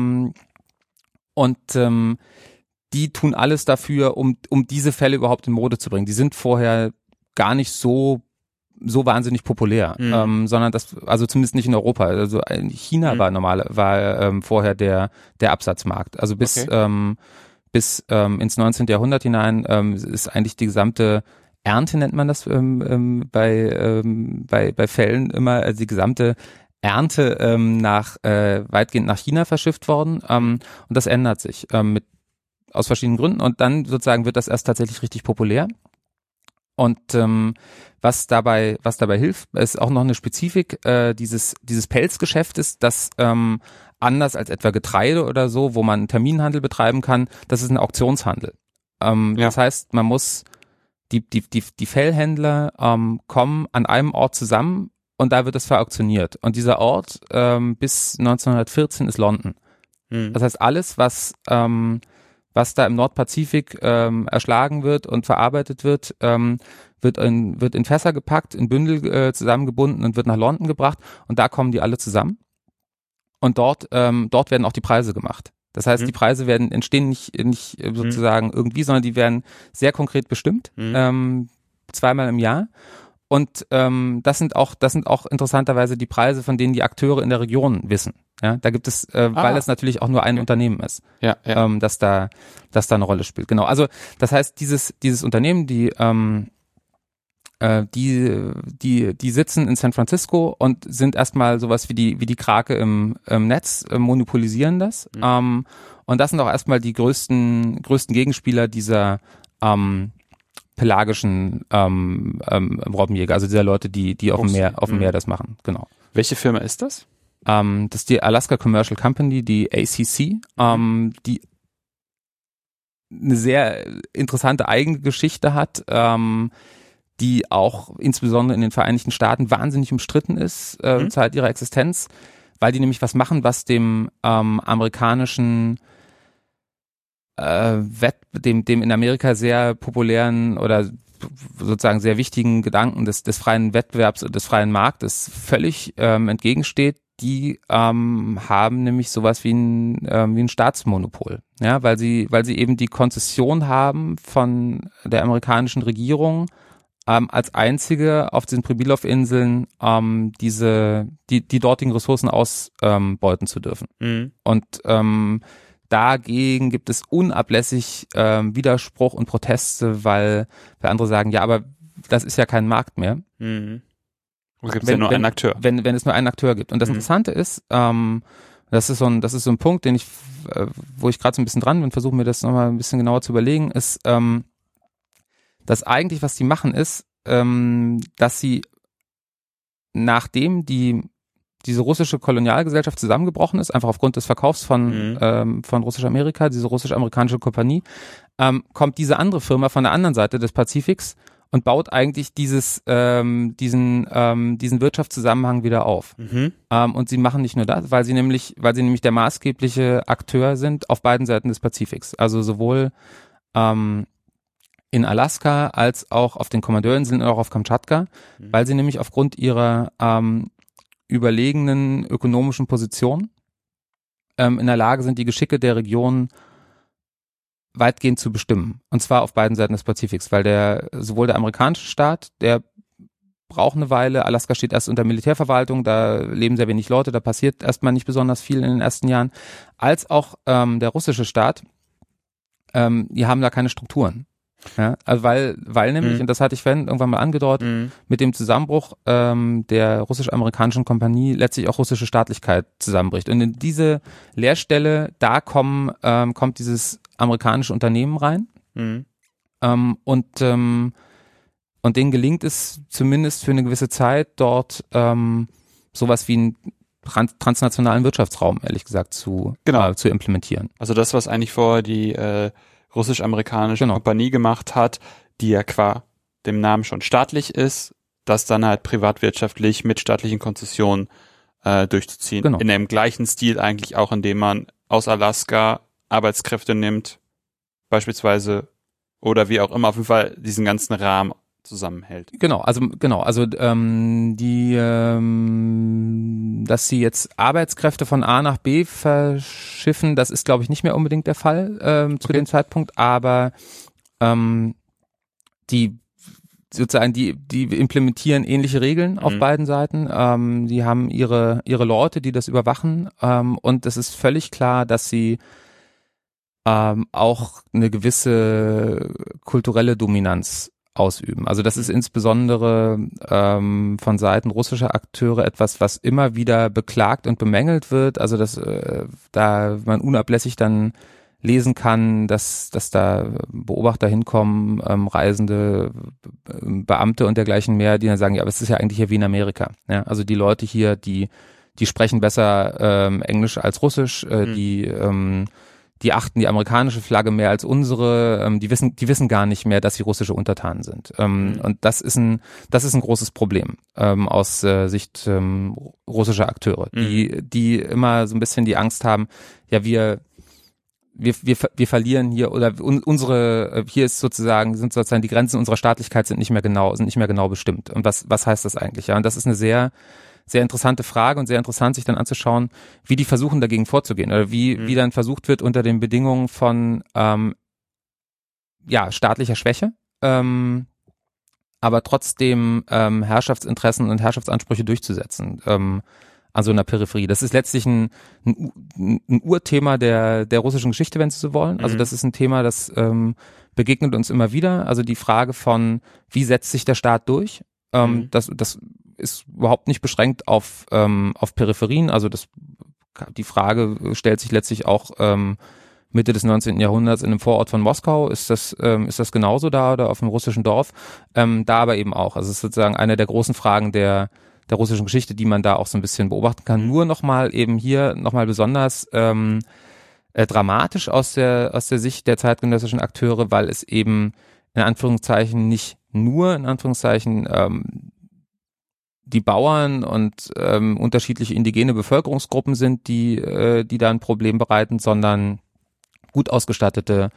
Speaker 2: Die tun alles dafür, um diese Fälle überhaupt in Mode zu bringen. Die sind vorher gar nicht so wahnsinnig populär, sondern also zumindest nicht in Europa. Also China war vorher der Absatzmarkt. Also bis ins 19. Jahrhundert hinein ist eigentlich die gesamte Ernte, nennt man das bei Fällen immer, also die gesamte Ernte weitgehend nach China verschifft worden, und das ändert sich aus verschiedenen Gründen, und dann sozusagen wird das erst tatsächlich richtig populär. Und was dabei hilft, ist auch noch eine Spezifik dieses Pelzgeschäftes, das anders als etwa Getreide oder so, wo man Terminhandel betreiben kann, das ist ein Auktionshandel. Das heißt, man muss die Fellhändler kommen an einem Ort zusammen und da wird es verauktioniert. Und dieser Ort bis 1914 ist London. Das heißt, alles, was da im Nordpazifik erschlagen wird und verarbeitet wird, wird in Fässer gepackt, in Bündel zusammengebunden und wird nach London gebracht, und da kommen die alle zusammen. Und dort werden auch die Preise gemacht. Das heißt, die Preise entstehen nicht sozusagen irgendwie, sondern die werden sehr konkret bestimmt, zweimal im Jahr. Und das sind auch interessanterweise die Preise, von denen die Akteure in der Region wissen. Ja, da gibt es, weil es natürlich auch nur ein Unternehmen ist, das da eine Rolle spielt. Genau. Also das heißt, dieses Unternehmen, die sitzen in San Francisco und sind erstmal sowas wie die Krake im Netz, monopolisieren das. Und das sind auch erstmal die größten Gegenspieler dieser pelagischen Robbenjäger, also dieser Leute, die auf dem Meer das machen. Genau.
Speaker 1: Welche Firma ist das?
Speaker 2: Das ist die Alaska Commercial Company, die ACC, die eine sehr interessante eigene Geschichte hat, die auch insbesondere in den Vereinigten Staaten wahnsinnig umstritten ist, zur Zeit ihrer Existenz, weil die nämlich was machen, was dem amerikanischen dem in Amerika sehr populären oder sozusagen sehr wichtigen Gedanken des freien Wettbewerbs und des freien Marktes völlig entgegensteht. Die haben nämlich sowas wie ein Staatsmonopol, ja, weil sie eben die Konzession haben von der amerikanischen Regierung, als einzige auf den Pribilov-Inseln die dortigen Ressourcen ausbeuten zu dürfen. Und dagegen gibt es unablässig Widerspruch und Proteste, weil andere sagen, ja, aber das ist ja kein Markt mehr.
Speaker 1: Oder gibt es ja nur einen Akteur?
Speaker 2: Wenn es nur einen Akteur gibt. Und das Interessante ist, das ist so ein Punkt, den ich, wo ich gerade so ein bisschen dran bin, versuche mir das nochmal ein bisschen genauer zu überlegen, ist, dass eigentlich, was die machen, ist, dass sie, nachdem diese russische Kolonialgesellschaft zusammengebrochen ist, einfach aufgrund des Verkaufs von Russisch-Amerika, diese russisch-amerikanische Kompanie, kommt diese andere Firma von der anderen Seite des Pazifiks und baut eigentlich diesen Wirtschaftszusammenhang wieder auf. Und sie machen nicht nur das, weil sie nämlich der maßgebliche Akteur sind auf beiden Seiten des Pazifiks. Also sowohl in Alaska als auch auf den Kommandeurinseln und auch auf Kamtschatka, weil sie nämlich aufgrund ihrer überlegenen ökonomischen Position in der Lage sind, die Geschicke der Region weitgehend zu bestimmen. Und zwar auf beiden Seiten des Pazifiks, weil sowohl der amerikanische Staat, der braucht eine Weile, Alaska steht erst unter Militärverwaltung, da leben sehr wenig Leute, da passiert erstmal nicht besonders viel in den ersten Jahren, als auch der russische Staat, die haben da keine Strukturen. Ja, also weil nämlich, und das hatte ich vorhin irgendwann mal angedeutet, mit dem Zusammenbruch der russisch-amerikanischen Kompanie letztlich auch russische Staatlichkeit zusammenbricht. Und in diese Leerstelle, da kommt dieses amerikanische Unternehmen rein. Und denen gelingt es zumindest für eine gewisse Zeit dort sowas wie einen transnationalen Wirtschaftsraum, ehrlich gesagt, zu implementieren.
Speaker 1: Also das, was eigentlich vorher die russisch-amerikanische Kompanie gemacht hat, die ja qua dem Namen schon staatlich ist, das dann halt privatwirtschaftlich mit staatlichen Konzessionen durchzuziehen.
Speaker 2: Genau.
Speaker 1: In dem gleichen Stil eigentlich auch, indem man aus Alaska Arbeitskräfte nimmt, beispielsweise, oder wie auch immer, auf jeden Fall diesen ganzen Rahmen zusammenhält.
Speaker 2: Dass sie jetzt Arbeitskräfte von A nach B verschiffen, das ist, glaube ich, nicht mehr unbedingt der Fall zu dem Zeitpunkt, aber die implementieren ähnliche Regeln auf beiden Seiten. Die haben ihre Leute, die das überwachen, und es ist völlig klar, dass sie auch eine gewisse kulturelle Dominanz ausüben. Also das ist insbesondere von Seiten russischer Akteure etwas, was immer wieder beklagt und bemängelt wird. Also dass da man unablässig dann lesen kann, dass da Beobachter hinkommen, Reisende, Beamte und dergleichen mehr, die dann sagen, ja, aber es ist ja eigentlich hier wie in Amerika. Ja, also die Leute hier, die sprechen besser Englisch als Russisch, die achten die amerikanische Flagge mehr als unsere, die wissen gar nicht mehr, dass sie russische Untertanen sind. Und das ist ein großes Problem aus Sicht russischer Akteure, die immer so ein bisschen die Angst haben, ja, wir verlieren hier, oder hier sind sozusagen die Grenzen unserer Staatlichkeit sind nicht mehr genau bestimmt. Und was heißt das eigentlich? Ja, und das ist eine sehr, sehr interessante Frage und sehr interessant, sich dann anzuschauen, wie die versuchen, dagegen vorzugehen, oder wie dann versucht wird, unter den Bedingungen von staatlicher Schwäche, aber trotzdem Herrschaftsinteressen und Herrschaftsansprüche durchzusetzen an so einer Peripherie. Das ist letztlich ein Urthema der russischen Geschichte, wenn Sie so wollen. Also das ist ein Thema, das begegnet uns immer wieder. Also die Frage von, wie setzt sich der Staat durch? Das ist überhaupt nicht beschränkt auf Peripherien. Also die Frage stellt sich letztlich auch Mitte des 19. Jahrhunderts in einem Vorort von Moskau. Ist das genauso da, oder auf einem russischen Dorf? Da aber eben auch. Also es ist sozusagen eine der großen Fragen der russischen Geschichte, die man da auch so ein bisschen beobachten kann. Nur nochmal besonders dramatisch aus der Sicht der zeitgenössischen Akteure, weil es eben in Anführungszeichen nicht nur in Anführungszeichen die Bauern und unterschiedliche indigene Bevölkerungsgruppen sind, die da ein Problem bereiten, sondern gut ausgestattete,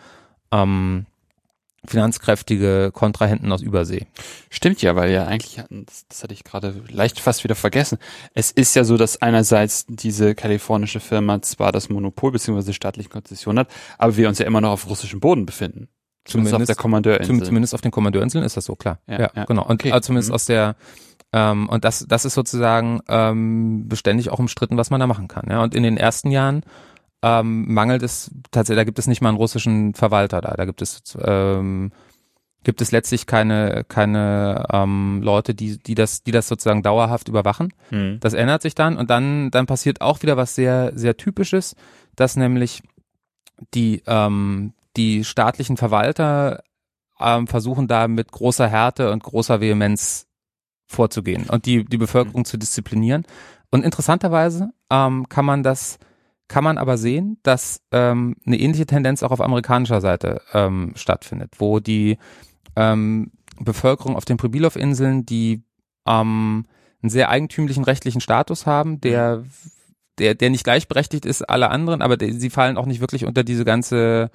Speaker 2: finanzkräftige Kontrahenten aus Übersee.
Speaker 1: Stimmt ja, weil ja eigentlich, das hatte ich gerade leicht fast wieder vergessen, es ist ja so, dass einerseits diese kalifornische Firma zwar das Monopol bzw. staatliche Konzession hat, aber wir uns ja immer noch auf russischem Boden befinden. Zumindest auf der Kommandeurinsel.
Speaker 2: Zumindest auf den Kommandeurinseln ist das so, klar.
Speaker 1: Ja,
Speaker 2: genau. Und
Speaker 1: okay.
Speaker 2: Zumindest aus der und das ist sozusagen beständig auch umstritten, was man da machen kann. Ja. Und in den ersten Jahren mangelt es tatsächlich, da gibt es nicht mal einen russischen Verwalter da. Da gibt es gibt es letztlich keine Leute, die das sozusagen dauerhaft überwachen. Das ändert sich dann und dann passiert auch wieder was sehr, sehr Typisches, dass nämlich die staatlichen Verwalter versuchen da mit großer Härte und großer Vehemenz vorzugehen und die Bevölkerung zu disziplinieren. Und interessanterweise kann man aber sehen, dass eine ähnliche Tendenz auch auf amerikanischer Seite stattfindet, wo die Bevölkerung auf den Pribilow-Inseln, die einen sehr eigentümlichen rechtlichen Status haben, der nicht gleichberechtigt ist alle anderen, aber sie fallen auch nicht wirklich unter diese ganze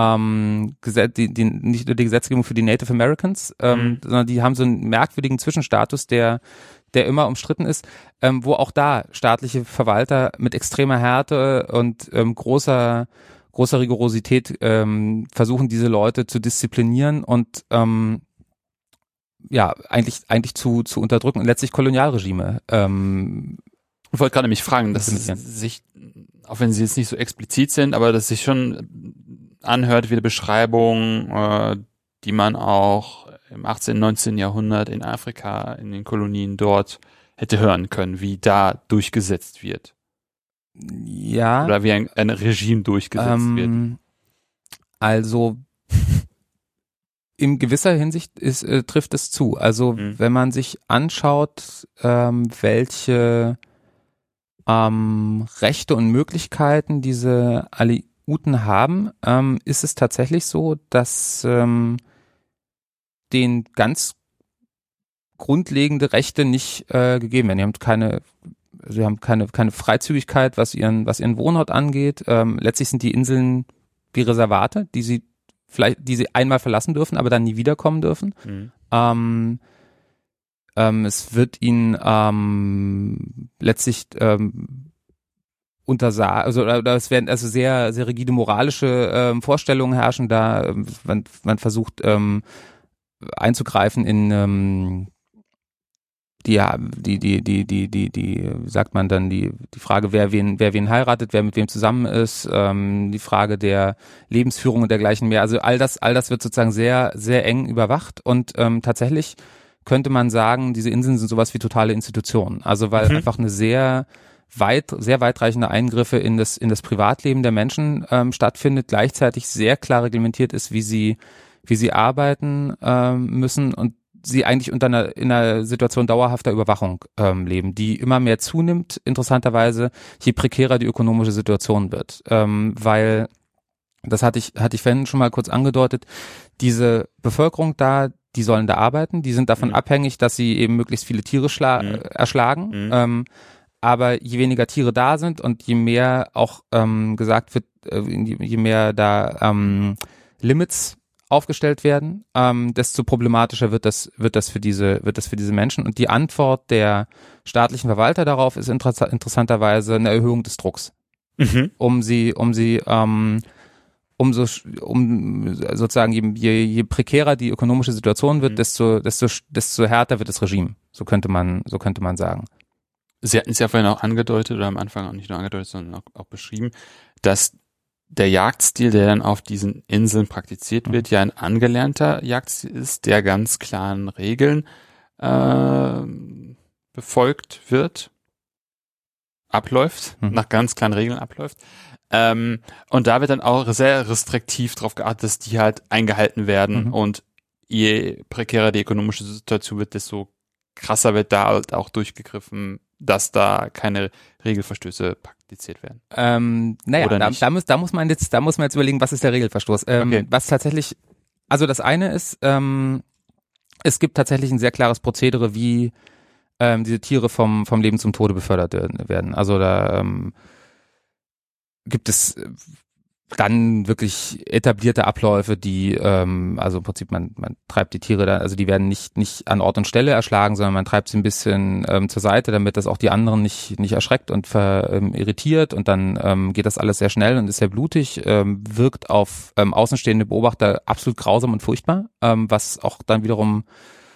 Speaker 2: nicht nur die Gesetzgebung für die Native Americans, sondern die haben so einen merkwürdigen Zwischenstatus, der immer umstritten ist, wo auch da staatliche Verwalter mit extremer Härte und großer Rigorosität versuchen, diese Leute zu disziplinieren und eigentlich zu unterdrücken und letztlich Kolonialregime.
Speaker 1: Ich wollte gerade mich fragen, dass es sich, auch wenn sie jetzt nicht so explizit sind, aber dass sich schon anhört wie eine Beschreibung, die man auch im 18., 19. Jahrhundert in Afrika, in den Kolonien dort hätte hören können, wie da durchgesetzt wird.
Speaker 2: Ja.
Speaker 1: Oder wie ein Regime durchgesetzt wird.
Speaker 2: Also in gewisser Hinsicht trifft es zu. Also wenn man sich anschaut, welche Rechte und Möglichkeiten diese Aleuten haben, ist es tatsächlich so, dass denen ganz grundlegende Rechte nicht gegeben werden. Sie haben keine Freizügigkeit, was ihren Wohnort angeht. Letztlich sind die Inseln wie Reservate, die sie einmal verlassen dürfen, aber dann nie wiederkommen dürfen. Es wird ihnen letztlich untersagt, oder es werden also sehr, sehr rigide moralische Vorstellungen herrschen da. Man versucht einzugreifen in die sagt man dann, die Frage, wer wen heiratet, wer mit wem zusammen ist, die Frage der Lebensführung und dergleichen mehr. Also all das wird sozusagen sehr, sehr eng überwacht und tatsächlich könnte man sagen, diese Inseln sind sowas wie totale Institutionen. Also weil einfach eine sehr weitreichende Eingriffe in das Privatleben der Menschen stattfindet, gleichzeitig sehr klar reglementiert ist, wie sie arbeiten müssen und sie eigentlich in einer Situation dauerhafter Überwachung leben, die immer mehr zunimmt, interessanterweise, je prekärer die ökonomische Situation wird. Weil, das hatte ich vorhin schon mal kurz angedeutet, diese Bevölkerung da, die sollen da arbeiten, die sind davon abhängig, dass sie eben möglichst viele Tiere erschlagen. Aber je weniger Tiere da sind und je mehr auch gesagt wird, je mehr da Limits aufgestellt werden, desto problematischer wird das für diese Menschen. Und die Antwort der staatlichen Verwalter darauf ist interessanterweise eine Erhöhung des Drucks, um sozusagen je prekärer die ökonomische Situation wird, desto härter wird das Regime. So könnte man sagen.
Speaker 1: Sie hatten es ja vorhin auch angedeutet oder am Anfang auch nicht nur angedeutet, sondern auch beschrieben, dass der Jagdstil, der dann auf diesen Inseln praktiziert wird, ja ein angelernter Jagdstil ist, der ganz klaren Regeln befolgt wird, nach ganz klaren Regeln abläuft. Und da wird dann auch sehr restriktiv darauf geachtet, dass die halt eingehalten werden und je prekärer die ökonomische Situation wird, desto krasser wird da halt auch durchgegriffen, dass da keine Regelverstöße praktiziert werden.
Speaker 2: Da muss man jetzt überlegen, was ist der Regelverstoß. Was tatsächlich, also das eine ist, es gibt tatsächlich ein sehr klares Prozedere, wie diese Tiere vom Leben zum Tode befördert werden. Also da gibt es dann wirklich etablierte Abläufe, die, also im Prinzip man treibt die Tiere da, also die werden nicht an Ort und Stelle erschlagen, sondern man treibt sie ein bisschen zur Seite, damit das auch die anderen nicht erschreckt und irritiert und dann geht das alles sehr schnell und ist sehr blutig, wirkt auf außenstehende Beobachter absolut grausam und furchtbar, was auch dann wiederum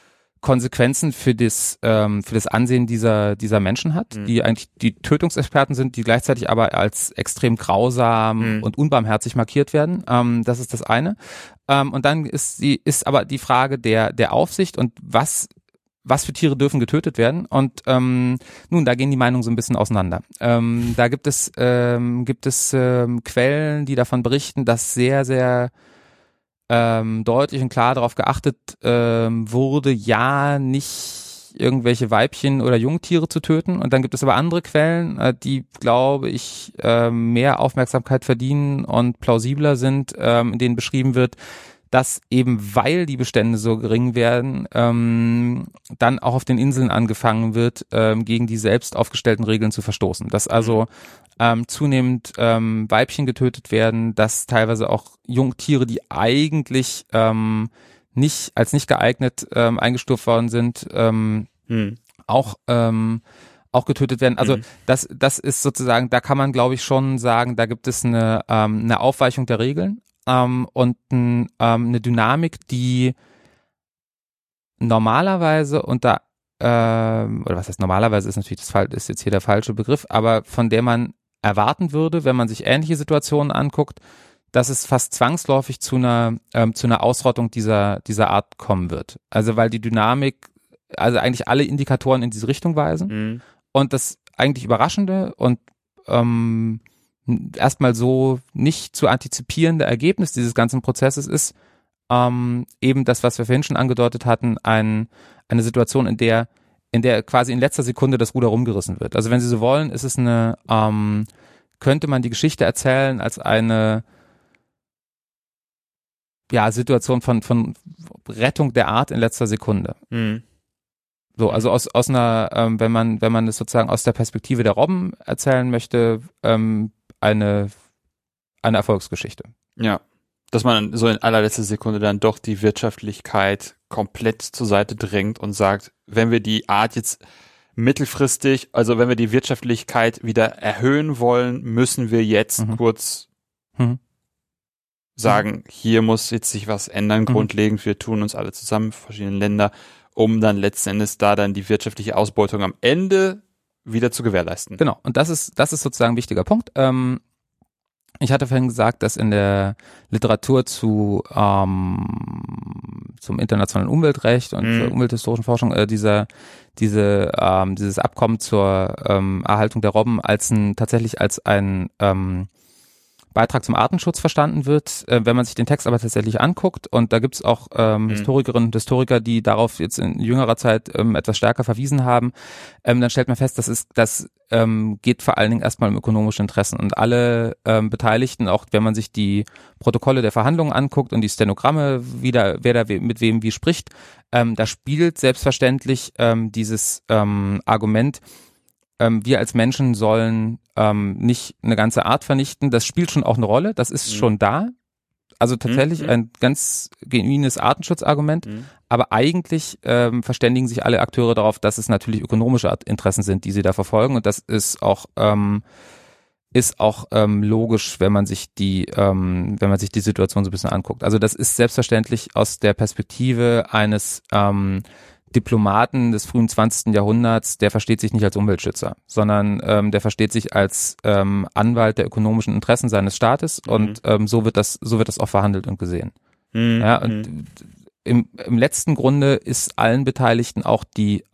Speaker 2: Konsequenzen für das Ansehen dieser Menschen hat, die eigentlich die Tötungsexperten sind, die gleichzeitig aber als extrem grausam und unbarmherzig markiert werden. Das ist das eine. Und dann ist aber die Frage der Aufsicht und was für Tiere dürfen getötet werden. Und nun, da gehen die Meinungen so ein bisschen auseinander. Da gibt es Quellen, die davon berichten, dass sehr, sehr deutlich und klar darauf geachtet wurde, ja nicht irgendwelche Weibchen oder Jungtiere zu töten. Und dann gibt es aber andere Quellen, die, glaube ich, mehr Aufmerksamkeit verdienen und plausibler sind, in denen beschrieben wird, dass eben weil die Bestände so gering werden, dann auch auf den Inseln angefangen wird, gegen die selbst aufgestellten Regeln zu verstoßen. Dass also zunehmend Weibchen getötet werden, dass teilweise auch Jungtiere, die eigentlich nicht geeignet eingestuft worden sind, auch getötet werden. Also das ist sozusagen, da kann man glaube ich schon sagen, da gibt es eine Aufweichung der Regeln und eine Dynamik, die normalerweise oder was heißt normalerweise ist natürlich ist jetzt hier der falsche Begriff, aber von der man erwarten würde, wenn man sich ähnliche Situationen anguckt, dass es fast zwangsläufig zu einer Ausrottung dieser Art kommen wird. Also weil die Dynamik, also eigentlich alle Indikatoren in diese Richtung weisen und das eigentlich Überraschende und erstmal so nicht zu antizipierende Ergebnis dieses ganzen Prozesses ist eben das, was wir vorhin schon angedeutet hatten, eine Situation, in der quasi in letzter Sekunde das Ruder rumgerissen wird. Also wenn Sie so wollen, ist es könnte man die Geschichte erzählen als eine Situation von Rettung der Art in letzter Sekunde. So, also aus einer, wenn man es sozusagen aus der Perspektive der Robben erzählen möchte, eine Erfolgsgeschichte.
Speaker 1: Ja, dass man so in allerletzter Sekunde dann doch die Wirtschaftlichkeit komplett zur Seite drängt und sagt, wenn wir die Art jetzt mittelfristig, also wenn wir die Wirtschaftlichkeit wieder erhöhen wollen, müssen wir jetzt kurz sagen, hier muss jetzt sich was ändern, grundlegend, wir tun uns alle zusammen, verschiedene Länder, um dann letzten Endes da dann die wirtschaftliche Ausbeutung am Ende wieder zu gewährleisten.
Speaker 2: Genau, und das ist sozusagen ein wichtiger Punkt. Ich hatte vorhin gesagt, dass in der Literatur zum internationalen Umweltrecht und zur umwelthistorischen Forschung dieses Abkommen zur Erhaltung der Robben tatsächlich als ein Beitrag zum Artenschutz verstanden wird, wenn man sich den Text aber tatsächlich anguckt, und da gibt es auch Historikerinnen und Historiker, die darauf jetzt in jüngerer Zeit etwas stärker verwiesen haben, dann stellt man fest, das geht vor allen Dingen erstmal um ökonomische Interessen, und alle Beteiligten, auch wenn man sich die Protokolle der Verhandlungen anguckt und die Stenogramme, wer da mit wem wie spricht, da spielt selbstverständlich dieses Argument, wir als Menschen sollen nicht eine ganze Art vernichten, das spielt schon auch eine Rolle, das ist schon da, also tatsächlich ein ganz genuines Artenschutzargument, aber eigentlich verständigen sich alle Akteure darauf, dass es natürlich ökonomische Interessen sind, die sie da verfolgen, und das ist auch logisch, wenn man sich die Situation so ein bisschen anguckt. Also das ist selbstverständlich aus der Perspektive eines Diplomaten des frühen 20. Jahrhunderts, der versteht sich nicht als Umweltschützer, sondern der versteht sich als Anwalt der ökonomischen Interessen seines Staates, und so wird das auch verhandelt und gesehen. Ja, und im letzten Grunde ist allen Beteiligten auch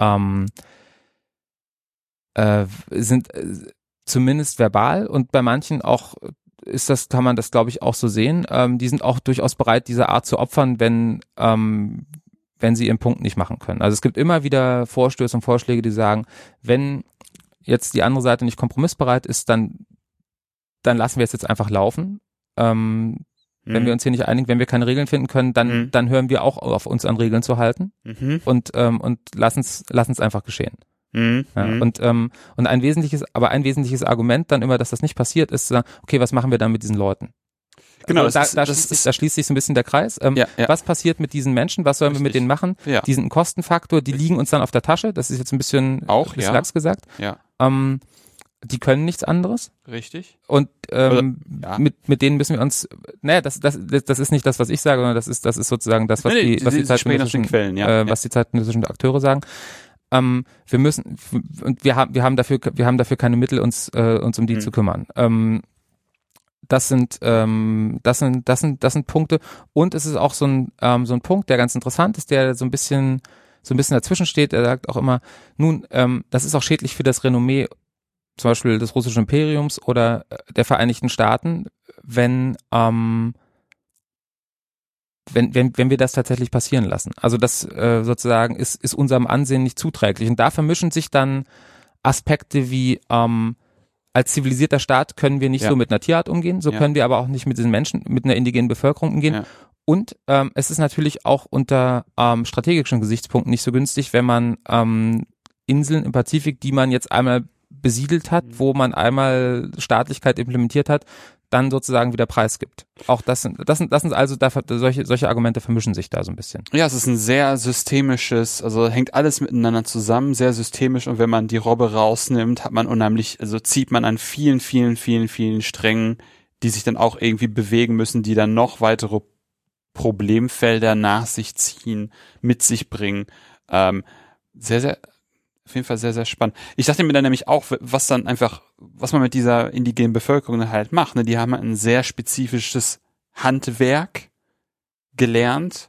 Speaker 2: sind zumindest verbal, und bei manchen auch kann man das, glaube ich, auch so sehen, die sind auch durchaus bereit, diese Art zu opfern, wenn sie ihren Punkt nicht machen können. Also es gibt immer wieder Vorstöße und Vorschläge, die sagen, wenn jetzt die andere Seite nicht kompromissbereit ist, dann lassen wir es jetzt einfach laufen. Wenn wir uns hier nicht einigen, wenn wir keine Regeln finden können, dann hören wir auch auf, uns an Regeln zu halten und lassen es einfach geschehen. Ja, und ein wesentliches Argument dann immer, dass das nicht passiert, ist zu sagen, okay, was machen wir dann mit diesen Leuten?
Speaker 1: Genau,
Speaker 2: also da schließt sich so ein bisschen der Kreis. Was passiert mit diesen Menschen? Was sollen wir mit denen machen?
Speaker 1: Ja.
Speaker 2: Die sind ein Kostenfaktor, die liegen uns dann auf der Tasche. Das ist jetzt ein bisschen lax gesagt.
Speaker 1: Ja.
Speaker 2: die können nichts anderes.
Speaker 1: Richtig.
Speaker 2: Und
Speaker 1: ja.
Speaker 2: mit denen müssen wir uns, das ist nicht das, was ich sage, sondern das ist sozusagen das, was die zeitgenössischen Akteure sagen. Wir haben dafür keine Mittel, uns um die zu kümmern. Das sind Punkte. Und es ist auch so ein Punkt, der ganz interessant ist, der so ein bisschen dazwischen steht. Er sagt auch immer, das ist auch schädlich für das Renommee zum Beispiel des russischen Imperiums oder der Vereinigten Staaten, wenn wir das tatsächlich passieren lassen. Also das sozusagen ist unserem Ansehen nicht zuträglich. Und da vermischen sich dann Aspekte wie als zivilisierter Staat können wir nicht so mit einer Tierart umgehen, so können wir aber auch nicht mit diesen Menschen, mit einer indigenen Bevölkerung umgehen. Ja. Und es ist natürlich auch unter strategischen Gesichtspunkten nicht so günstig, wenn man Inseln im Pazifik, die man jetzt einmal besiedelt hat, wo man einmal Staatlichkeit implementiert hat, dann sozusagen wieder preisgibt. Auch das sind also solche Argumente vermischen sich da so ein bisschen.
Speaker 1: Ja, es ist ein sehr systemisches, also hängt alles miteinander zusammen, sehr systemisch, und wenn man die Robbe rausnimmt, zieht man an vielen, vielen, vielen, vielen Strängen, die sich dann auch irgendwie bewegen müssen, die dann noch weitere Problemfelder nach sich ziehen, mit sich bringen. Auf jeden Fall sehr, sehr spannend. Ich dachte mir dann nämlich auch, was man mit dieser indigenen Bevölkerung halt macht. Ne? Die haben ein sehr spezifisches Handwerk gelernt,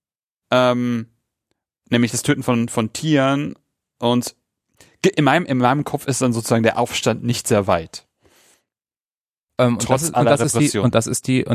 Speaker 1: nämlich das Töten von Tieren. Und in meinem Kopf ist dann sozusagen der Aufstand nicht sehr weit. Trotz aller Repression.
Speaker 2: Das ist die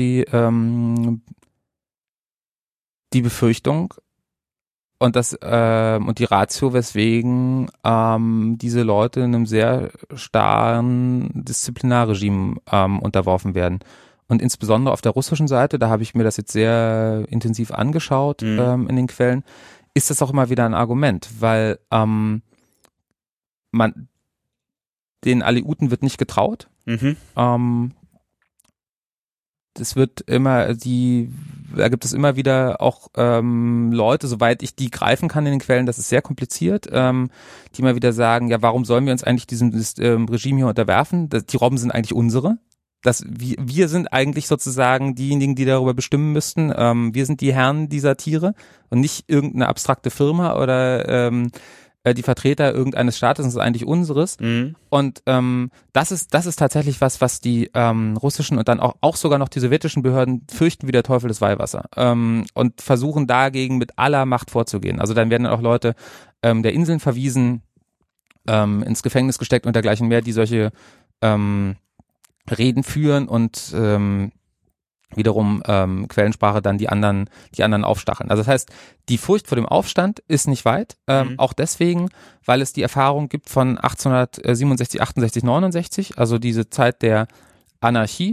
Speaker 2: Befürchtung, und die Ratio, weswegen diese Leute in einem sehr starren Disziplinarregime unterworfen werden. Und insbesondere auf der russischen Seite, da habe ich mir das jetzt sehr intensiv angeschaut in den Quellen, ist das auch immer wieder ein Argument, weil den Aleuten wird nicht getraut. Da gibt es immer wieder auch Leute, soweit ich die greifen kann in den Quellen, das ist sehr kompliziert, die immer wieder sagen, ja, warum sollen wir uns eigentlich diesem Regime hier unterwerfen? Die Robben sind eigentlich unsere. Wir sind eigentlich sozusagen diejenigen, die darüber bestimmen müssten. Wir sind die Herren dieser Tiere und nicht irgendeine abstrakte Firma oder die Vertreter irgendeines Staates, das ist eigentlich unseres. Und das ist tatsächlich was die russischen und dann auch sogar noch die sowjetischen Behörden fürchten wie der Teufel das Weihwasser und versuchen dagegen mit aller Macht vorzugehen. Also dann werden auch Leute der Inseln verwiesen, ins Gefängnis gesteckt und dergleichen mehr, die solche Reden führen und wiederum Quellensprache dann die anderen aufstacheln. Also das heißt, die Furcht vor dem Aufstand ist nicht weit, auch deswegen, weil es die Erfahrung gibt von 1867, 68, 69, also diese Zeit der Anarchie,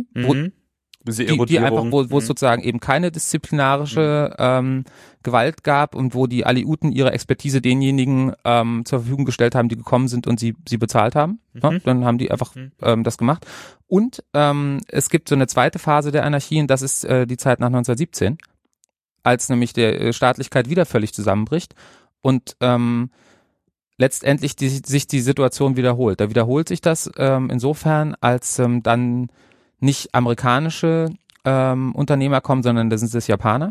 Speaker 2: die einfach, wo es sozusagen eben keine disziplinarische Gewalt gab und wo die Aleuten ihre Expertise denjenigen zur Verfügung gestellt haben, die gekommen sind und sie bezahlt haben. Ja, dann haben die einfach das gemacht. Und es gibt so eine zweite Phase der Anarchie, und das ist die Zeit nach 1917, als nämlich der Staatlichkeit wieder völlig zusammenbricht und letztendlich sich die Situation wiederholt. Da wiederholt sich das insofern, als dann nicht amerikanische Unternehmer kommen, sondern das sind es Japaner,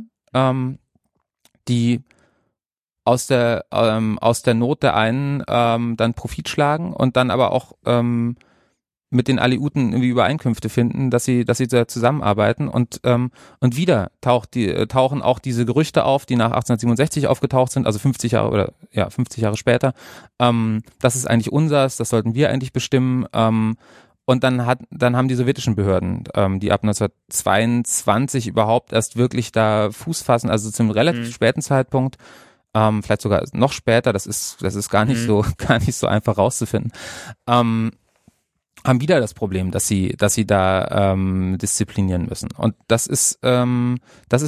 Speaker 2: die aus der Not der einen dann Profit schlagen und dann aber auch mit den Aleuten irgendwie Übereinkünfte finden, dass sie da zusammenarbeiten und wieder tauchen auch diese Gerüchte auf, die nach 1867 aufgetaucht sind, also 50 Jahre später. Das ist eigentlich unseres, das sollten wir eigentlich bestimmen. Und dann haben die sowjetischen Behörden, die ab 1922 überhaupt erst wirklich da Fuß fassen, also zum relativ späten Zeitpunkt, vielleicht sogar noch später, das ist gar nicht so einfach rauszufinden, haben wieder das Problem, dass sie da disziplinieren müssen. Und das ist so ein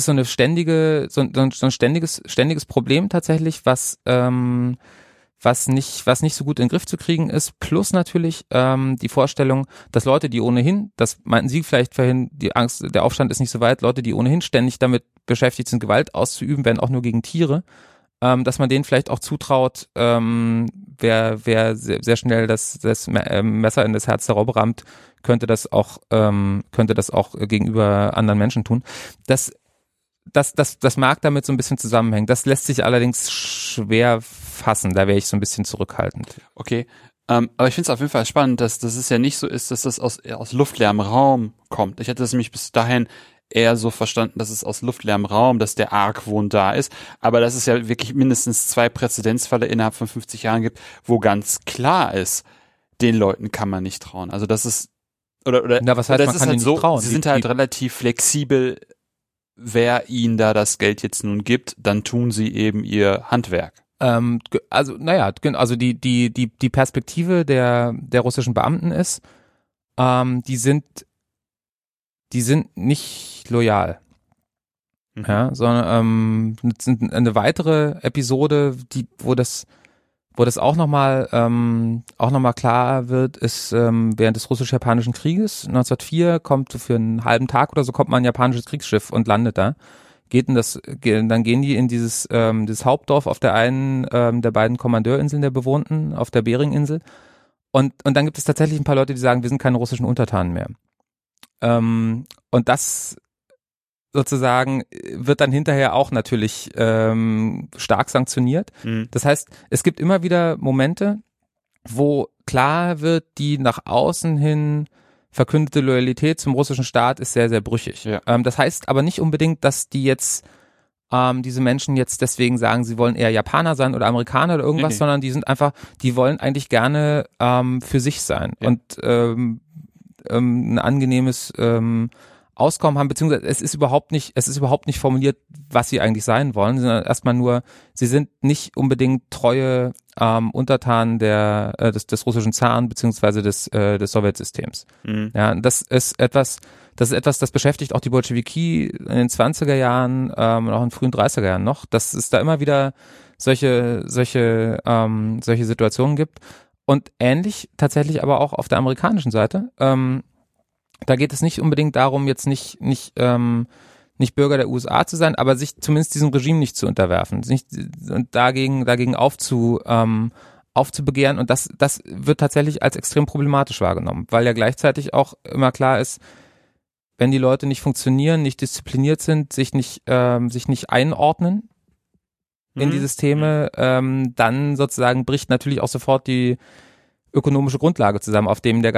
Speaker 2: ständiges Problem tatsächlich, was nicht so gut in den Griff zu kriegen ist, plus natürlich die Vorstellung, dass Leute, die ohnehin, das meinten Sie vielleicht vorhin, die Angst, der Aufstand ist nicht so weit, Leute, die ohnehin ständig damit beschäftigt sind, Gewalt auszuüben, wenn auch nur gegen Tiere, dass man denen vielleicht auch zutraut, wer sehr schnell das Messer in das Herz der Robbe rammt, könnte das auch gegenüber anderen Menschen tun. Das mag damit so ein bisschen zusammenhängen. Das lässt sich allerdings schwer fassen. Da wäre ich so ein bisschen zurückhaltend.
Speaker 1: Okay. Aber ich finde es auf jeden Fall spannend, dass es ja nicht so ist, dass das aus luftleerem Raum kommt. Ich hätte das nämlich bis dahin eher so verstanden, dass es aus luftleerem Raum, dass der Argwohn da ist. Aber dass es ja wirklich mindestens 2 Präzedenzfälle innerhalb von 50 Jahren gibt, wo ganz klar ist, den Leuten kann man nicht trauen. Also das ist
Speaker 2: Na, was heißt,
Speaker 1: oder
Speaker 2: man
Speaker 1: es
Speaker 2: kann
Speaker 1: ist halt
Speaker 2: ihnen
Speaker 1: so,
Speaker 2: nicht trauen?
Speaker 1: sie sind halt relativ flexibel, wer ihnen da das Geld jetzt nun gibt, dann tun sie eben ihr Handwerk.
Speaker 2: Also die Perspektive der russischen Beamten ist, die sind nicht loyal.
Speaker 1: Mhm.
Speaker 2: Ja, sondern eine weitere Episode, wo das auch nochmal klar wird, ist während des russisch-japanischen Krieges 1904 kommt für einen halben Tag oder so kommt mal ein japanisches Kriegsschiff und landet da. Dann gehen die in dieses Hauptdorf auf der einen der beiden Kommandeurinsel der bewohnten, auf der Bering-Insel. Und dann gibt es tatsächlich ein paar Leute, die sagen, wir sind keine russischen Untertanen mehr. Und das sozusagen wird dann hinterher auch natürlich stark sanktioniert.
Speaker 1: Mhm.
Speaker 2: Das heißt, es gibt immer wieder Momente, wo klar wird, die nach außen hin verkündete Loyalität zum russischen Staat ist sehr, sehr brüchig.
Speaker 1: Ja.
Speaker 2: Das heißt aber nicht unbedingt, dass die jetzt diese Menschen jetzt deswegen sagen, sie wollen eher Japaner sein oder Amerikaner oder irgendwas,
Speaker 1: Nee.
Speaker 2: sondern die wollen eigentlich gerne für sich sein und ein angenehmes Auskommen haben, beziehungsweise es ist überhaupt nicht formuliert, was sie eigentlich sein wollen, sondern erstmal nur, sie sind nicht unbedingt treue Untertanen des russischen Zaren beziehungsweise des Sowjetsystems.
Speaker 1: Mhm.
Speaker 2: Ja, das ist etwas, das beschäftigt auch die Bolschewiki in den 20er Jahren und auch in den frühen 30er Jahren noch, dass es da immer wieder solche Situationen gibt und ähnlich tatsächlich aber auch auf der amerikanischen Seite. Da geht es nicht unbedingt darum, jetzt nicht Bürger der USA zu sein, aber sich zumindest diesem Regime nicht zu unterwerfen, und dagegen aufzubegehren. Und das wird tatsächlich als extrem problematisch wahrgenommen, weil ja gleichzeitig auch immer klar ist, wenn die Leute nicht funktionieren, nicht diszipliniert sind, sich nicht einordnen in die Systeme, dann sozusagen bricht natürlich auch sofort die ökonomische Grundlage zusammen, auf dem das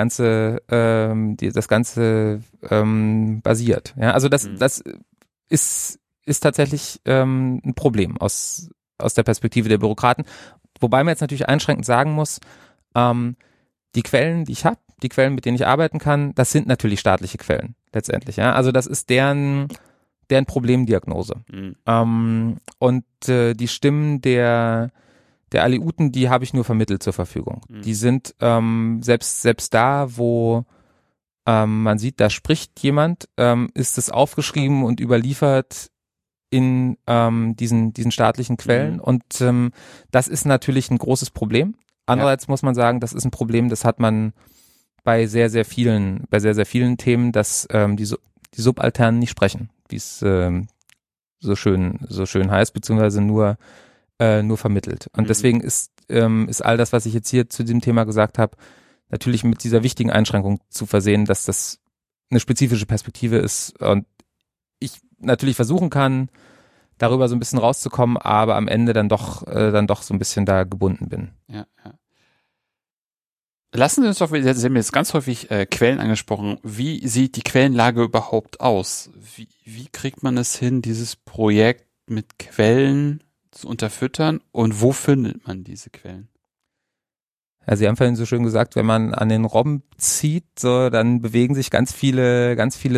Speaker 2: Ganze basiert. Ja, also das ist tatsächlich ein Problem aus der Perspektive der Bürokraten. Wobei man jetzt natürlich einschränkend sagen muss, die Quellen, die ich habe, die Quellen, mit denen ich arbeiten kann, das sind natürlich staatliche Quellen letztendlich. Ja, also das ist deren Problemdiagnose. Und die Stimmen der Aleuten, die habe ich nur vermittelt zur Verfügung. Die sind selbst da, wo man sieht, da spricht jemand, ist es aufgeschrieben und überliefert in diesen staatlichen Quellen. Und das ist natürlich ein großes Problem. Andererseits muss man sagen, das ist ein Problem, das hat man bei sehr, sehr vielen Themen, dass die Subalternen nicht sprechen, wie es so schön heißt, beziehungsweise nur vermittelt. Und deswegen ist all das, was ich jetzt hier zu diesem Thema gesagt habe, natürlich mit dieser wichtigen Einschränkung zu versehen, dass das eine spezifische Perspektive ist und ich natürlich versuchen kann, darüber so ein bisschen rauszukommen, aber am Ende dann doch so ein bisschen da gebunden bin.
Speaker 1: Ja. Lassen Sie uns doch, Sie haben jetzt ganz häufig Quellen angesprochen. Wie sieht die Quellenlage überhaupt aus? Wie kriegt man es hin, dieses Projekt mit Quellen zu unterfüttern und wo findet man diese Quellen?
Speaker 2: Ja, Sie haben vorhin so schön gesagt, wenn man an den Robben zieht, so, dann bewegen sich ganz viele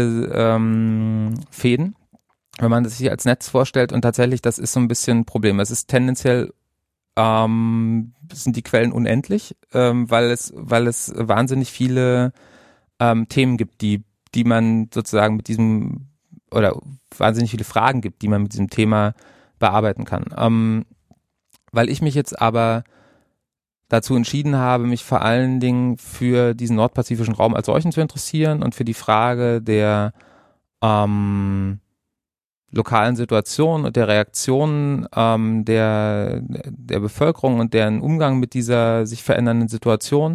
Speaker 2: Fäden, wenn man das sich als Netz vorstellt und tatsächlich, das ist so ein bisschen ein Problem. Es ist tendenziell sind die Quellen unendlich, weil es wahnsinnig viele Themen gibt, die man sozusagen mit diesem, oder wahnsinnig viele Fragen gibt, die man mit diesem Thema bearbeiten kann. Weil ich mich jetzt aber dazu entschieden habe, mich vor allen Dingen für diesen nordpazifischen Raum als solchen zu interessieren und für die Frage der lokalen Situation und der Reaktion der Bevölkerung und deren Umgang mit dieser sich verändernden Situation,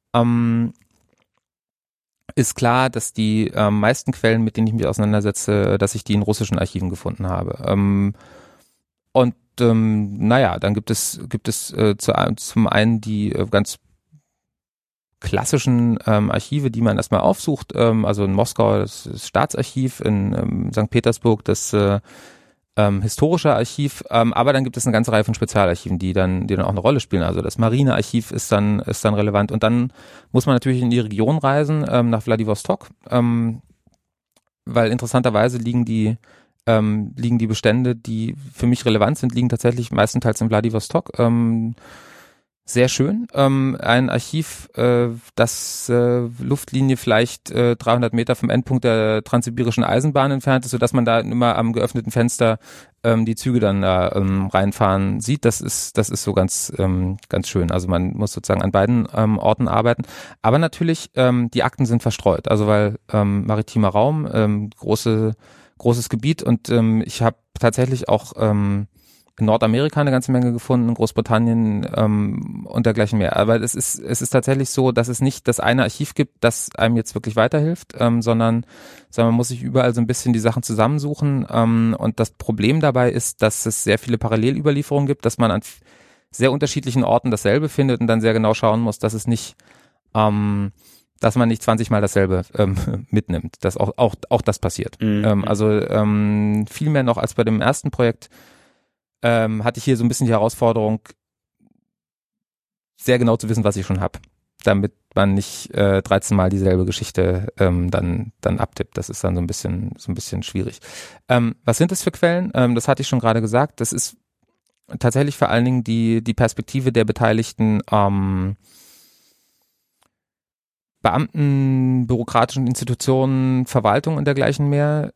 Speaker 2: ist klar, dass die meisten Quellen, mit denen ich mich auseinandersetze, dass ich die in russischen Archiven gefunden habe. Dann gibt es zum einen die ganz klassischen Archive, die man erstmal aufsucht, also in Moskau das Staatsarchiv, in St. Petersburg das historische Archiv, aber dann gibt es eine ganze Reihe von Spezialarchiven, die dann auch eine Rolle spielen. Also das Marinearchiv ist dann relevant und dann muss man natürlich in die Region reisen, nach Wladiwostok, weil interessanterweise liegen die Bestände, die für mich relevant sind, liegen tatsächlich meistenteils in Wladiwostok. Sehr schön. Ein Archiv, das Luftlinie vielleicht 300 Meter vom Endpunkt der transsibirischen Eisenbahn entfernt ist, sodass man da immer am geöffneten Fenster die Züge dann reinfahren sieht. Das ist so ganz schön. Also man muss sozusagen an beiden Orten arbeiten. Aber natürlich, die Akten sind verstreut. Also weil maritimer Raum, großes Gebiet und ich habe tatsächlich auch in Nordamerika eine ganze Menge gefunden, in Großbritannien und dergleichen mehr. Aber es ist tatsächlich so, dass es nicht das eine Archiv gibt, das einem jetzt wirklich weiterhilft, sondern man muss sich überall so ein bisschen die Sachen zusammensuchen. Und das Problem dabei ist, dass es sehr viele Parallelüberlieferungen gibt, dass man an sehr unterschiedlichen Orten dasselbe findet und dann sehr genau schauen muss, dass es nicht dass man nicht 20 Mal dasselbe mitnimmt, dass auch das passiert.
Speaker 1: Mhm.
Speaker 2: Viel mehr noch als bei dem ersten Projekt hatte ich hier so ein bisschen die Herausforderung, sehr genau zu wissen, was ich schon habe, damit man nicht 13 Mal dieselbe Geschichte dann abtippt. Das ist dann so ein bisschen schwierig. Was sind das für Quellen? Das hatte ich schon gerade gesagt. Das ist tatsächlich vor allen Dingen die Perspektive der beteiligten Beamten, bürokratischen Institutionen, Verwaltung und dergleichen mehr.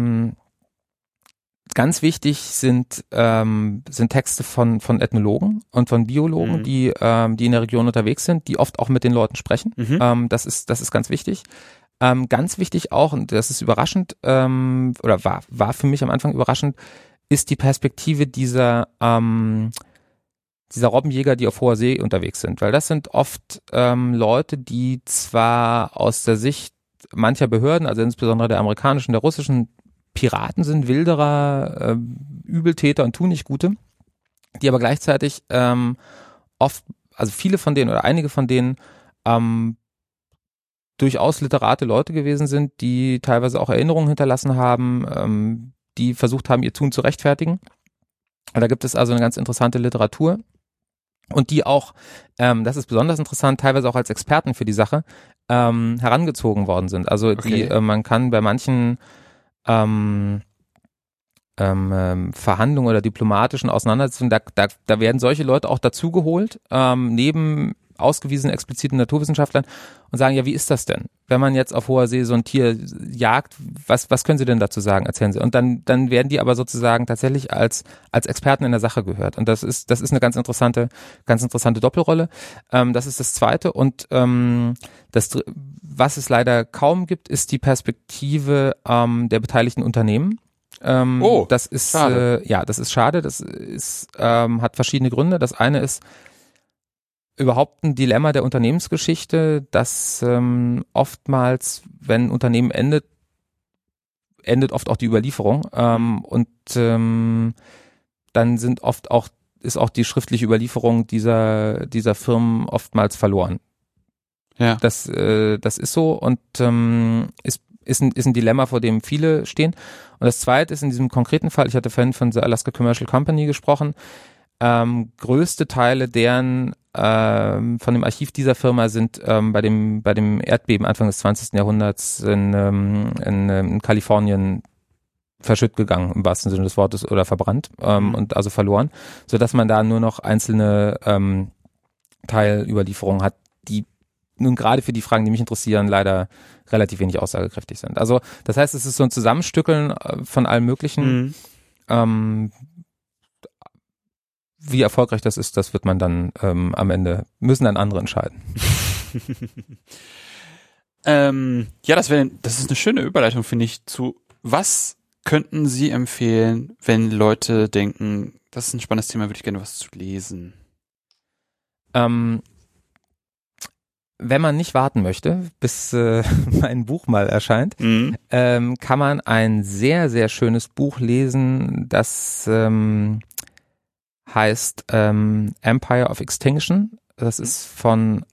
Speaker 2: Ganz wichtig sind Texte von Ethnologen und von Biologen, die in der Region unterwegs sind, die oft auch mit den Leuten sprechen. Das ist ganz wichtig. Ganz wichtig auch, und das ist überraschend, oder war für mich am Anfang überraschend, ist die Perspektive dieser Robbenjäger, die auf hoher See unterwegs sind. Weil das sind oft Leute, die zwar aus der Sicht mancher Behörden, also insbesondere der amerikanischen, der russischen, Piraten sind, Wilderer, Übeltäter und Tunichtgute, die aber gleichzeitig oft, also viele von denen oder einige von denen durchaus literate Leute gewesen sind, die teilweise auch Erinnerungen hinterlassen haben, die versucht haben, ihr Tun zu rechtfertigen. Da gibt es also eine ganz interessante Literatur und die auch, das ist besonders interessant, teilweise auch als Experten für die Sache herangezogen worden sind. Also okay. Man kann bei manchen Verhandlungen oder diplomatischen Auseinandersetzungen, da werden solche Leute auch dazugeholt, neben ausgewiesenen expliziten Naturwissenschaftlern und sagen, ja, wie ist das denn? Wenn man jetzt auf hoher See so ein Tier jagt, was können Sie denn dazu sagen? Erzählen Sie. Und dann werden die aber sozusagen tatsächlich als Experten in der Sache gehört. Und das ist eine ganz interessante Doppelrolle. Das ist das Zweite. Und was es leider kaum gibt, ist die Perspektive der beteiligten Unternehmen. Das ist schade. Das ist schade. Das ist hat verschiedene Gründe. Das eine ist überhaupt ein Dilemma der Unternehmensgeschichte, dass oftmals, wenn ein Unternehmen endet oft auch die Überlieferung und dann ist auch die schriftliche Überlieferung dieser Firmen oftmals verloren. Ja. Das ist so und ist ein Dilemma, vor dem viele stehen. Und das Zweite ist in diesem konkreten Fall, ich hatte vorhin von der Alaska Commercial Company gesprochen, größte Teile deren von dem Archiv dieser Firma sind bei dem Erdbeben Anfang des 20. Jahrhunderts in Kalifornien verschütt gegangen, im wahrsten Sinne des Wortes, oder verbrannt und also verloren, sodass man da nur noch einzelne Teilüberlieferungen hat, die nun gerade für die Fragen, die mich interessieren, leider relativ wenig aussagekräftig sind. Also das heißt, es ist so ein Zusammenstückeln von allem Möglichen. Wie erfolgreich das ist, das wird man dann am Ende, müssen dann andere entscheiden.
Speaker 1: Das ist eine schöne Überleitung, finde ich, zu was könnten Sie empfehlen, wenn Leute denken, das ist ein spannendes Thema, würde ich gerne was zu lesen?
Speaker 2: Wenn man nicht warten möchte, bis mein Buch mal erscheint, kann man ein sehr, sehr schönes Buch lesen, das heißt Empire of Extinction. Das ist von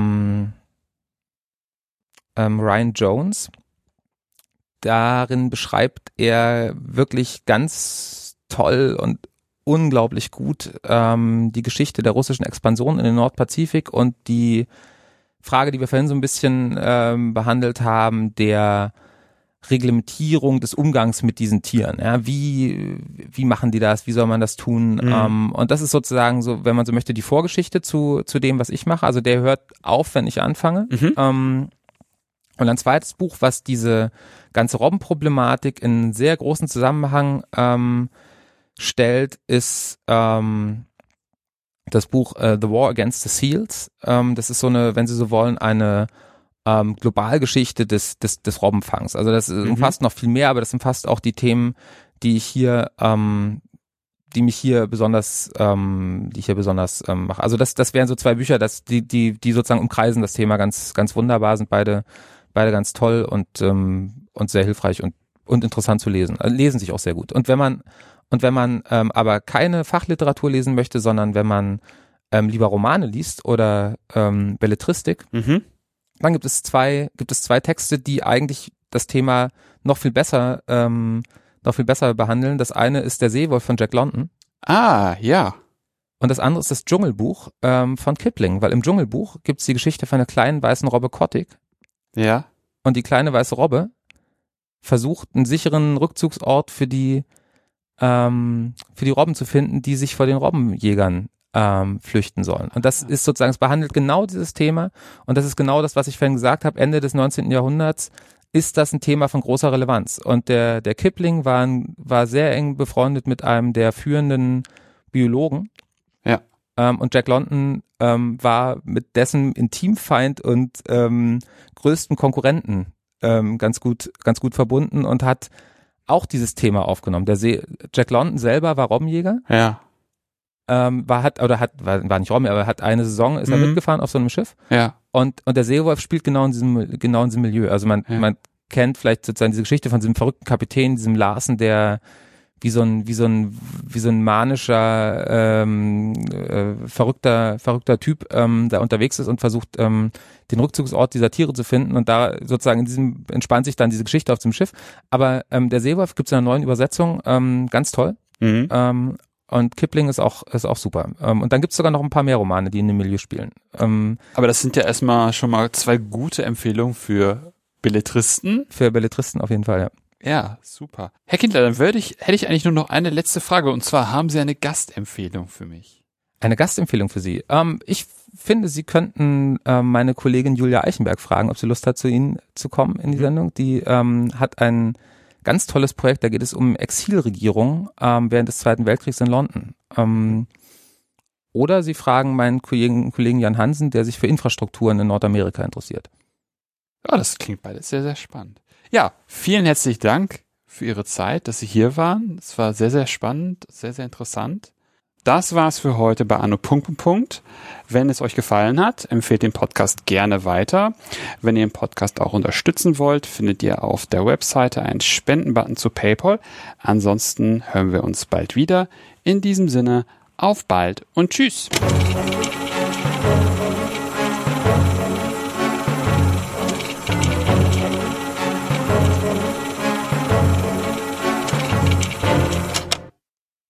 Speaker 2: Ryan Jones. Darin beschreibt er wirklich ganz toll und unglaublich gut die Geschichte der russischen Expansion in den Nordpazifik und die Frage, die wir vorhin so ein bisschen behandelt haben, der Reglementierung des Umgangs mit diesen Tieren. Ja, wie machen die das? Wie soll man das tun? Und das ist sozusagen so, wenn man so möchte, die Vorgeschichte zu dem, was ich mache. Also der hört auf, wenn ich anfange. Und ein zweites Buch, was diese ganze Robbenproblematik in einen sehr großen Zusammenhang stellt, ist das Buch The War Against the Seals. Das ist so eine, wenn Sie so wollen, eine Globalgeschichte des Robbenfangs. Also das umfasst noch viel mehr, aber das umfasst auch die Themen, die ich hier, die mich hier besonders, mache. Also das wären so zwei Bücher, die sozusagen umkreisen das Thema ganz, ganz wunderbar, sind beide ganz toll und sehr hilfreich und interessant zu lesen. Also lesen sich auch sehr gut. Und wenn man aber keine Fachliteratur lesen möchte, sondern wenn man lieber Romane liest oder Belletristik, dann gibt es zwei Texte, die eigentlich das Thema noch viel besser behandeln. Das eine ist Der Seewolf von Jack London.
Speaker 1: Ah, ja.
Speaker 2: Und das andere ist das Dschungelbuch von Kipling, weil im Dschungelbuch gibt es die Geschichte von einer kleinen weißen Robbe Kotick.
Speaker 1: Ja.
Speaker 2: Und die kleine weiße Robbe versucht, einen sicheren Rückzugsort für die Robben zu finden, die sich vor den Robbenjägern flüchten sollen. Und das ist sozusagen, es behandelt genau dieses Thema und das ist genau das, was ich vorhin gesagt habe, Ende des 19. Jahrhunderts ist das ein Thema von großer Relevanz. Und der Kipling war sehr eng befreundet mit einem der führenden Biologen.
Speaker 1: Ja.
Speaker 2: Und Jack London war mit dessen Intimfeind und größten Konkurrenten ganz gut verbunden und hat auch dieses Thema aufgenommen. Jack London selber war Robbenjäger.
Speaker 1: Ja.
Speaker 2: War nicht Robben, aber hat eine Saison, ist er mitgefahren auf so einem Schiff.
Speaker 1: Ja.
Speaker 2: Und der Seewolf spielt genau in diesem Milieu. Also man kennt vielleicht sozusagen diese Geschichte von diesem verrückten Kapitän, diesem Larsen, der wie so ein manischer, verrückter Typ da unterwegs ist und versucht, den Rückzugsort dieser Tiere zu finden. Und da sozusagen entspannt sich dann diese Geschichte auf dem Schiff. Aber der Seewolf gibt es in einer neuen Übersetzung, ganz toll. Und Kipling ist auch super. Und dann gibt es sogar noch ein paar mehr Romane, die in dem Milieu spielen.
Speaker 1: Aber das sind ja erstmal schon mal zwei gute Empfehlungen für Belletristen.
Speaker 2: Für Belletristen auf jeden Fall, ja.
Speaker 1: Ja, super. Herr Kindler, dann hätte ich eigentlich nur noch eine letzte Frage und zwar haben Sie eine Gastempfehlung für mich?
Speaker 2: Eine Gastempfehlung für Sie? Ich finde, Sie könnten meine Kollegin Julia Eichenberg fragen, ob sie Lust hat, zu Ihnen zu kommen in die Sendung. Die hat ein ganz tolles Projekt, da geht es um Exilregierung während des Zweiten Weltkriegs in London. Oder Sie fragen meinen Kollegen Jan Hansen, der sich für Infrastrukturen in Nordamerika interessiert.
Speaker 1: Ja, das klingt beides sehr, sehr spannend. Ja, vielen herzlichen Dank für Ihre Zeit, dass Sie hier waren. Es war sehr, sehr spannend, sehr, sehr interessant. Das war's für heute bei Anno. Wenn es euch gefallen hat, empfehlt den Podcast gerne weiter. Wenn ihr den Podcast auch unterstützen wollt, findet ihr auf der Webseite einen Spendenbutton zu PayPal. Ansonsten hören wir uns bald wieder. In diesem Sinne, auf bald und tschüss.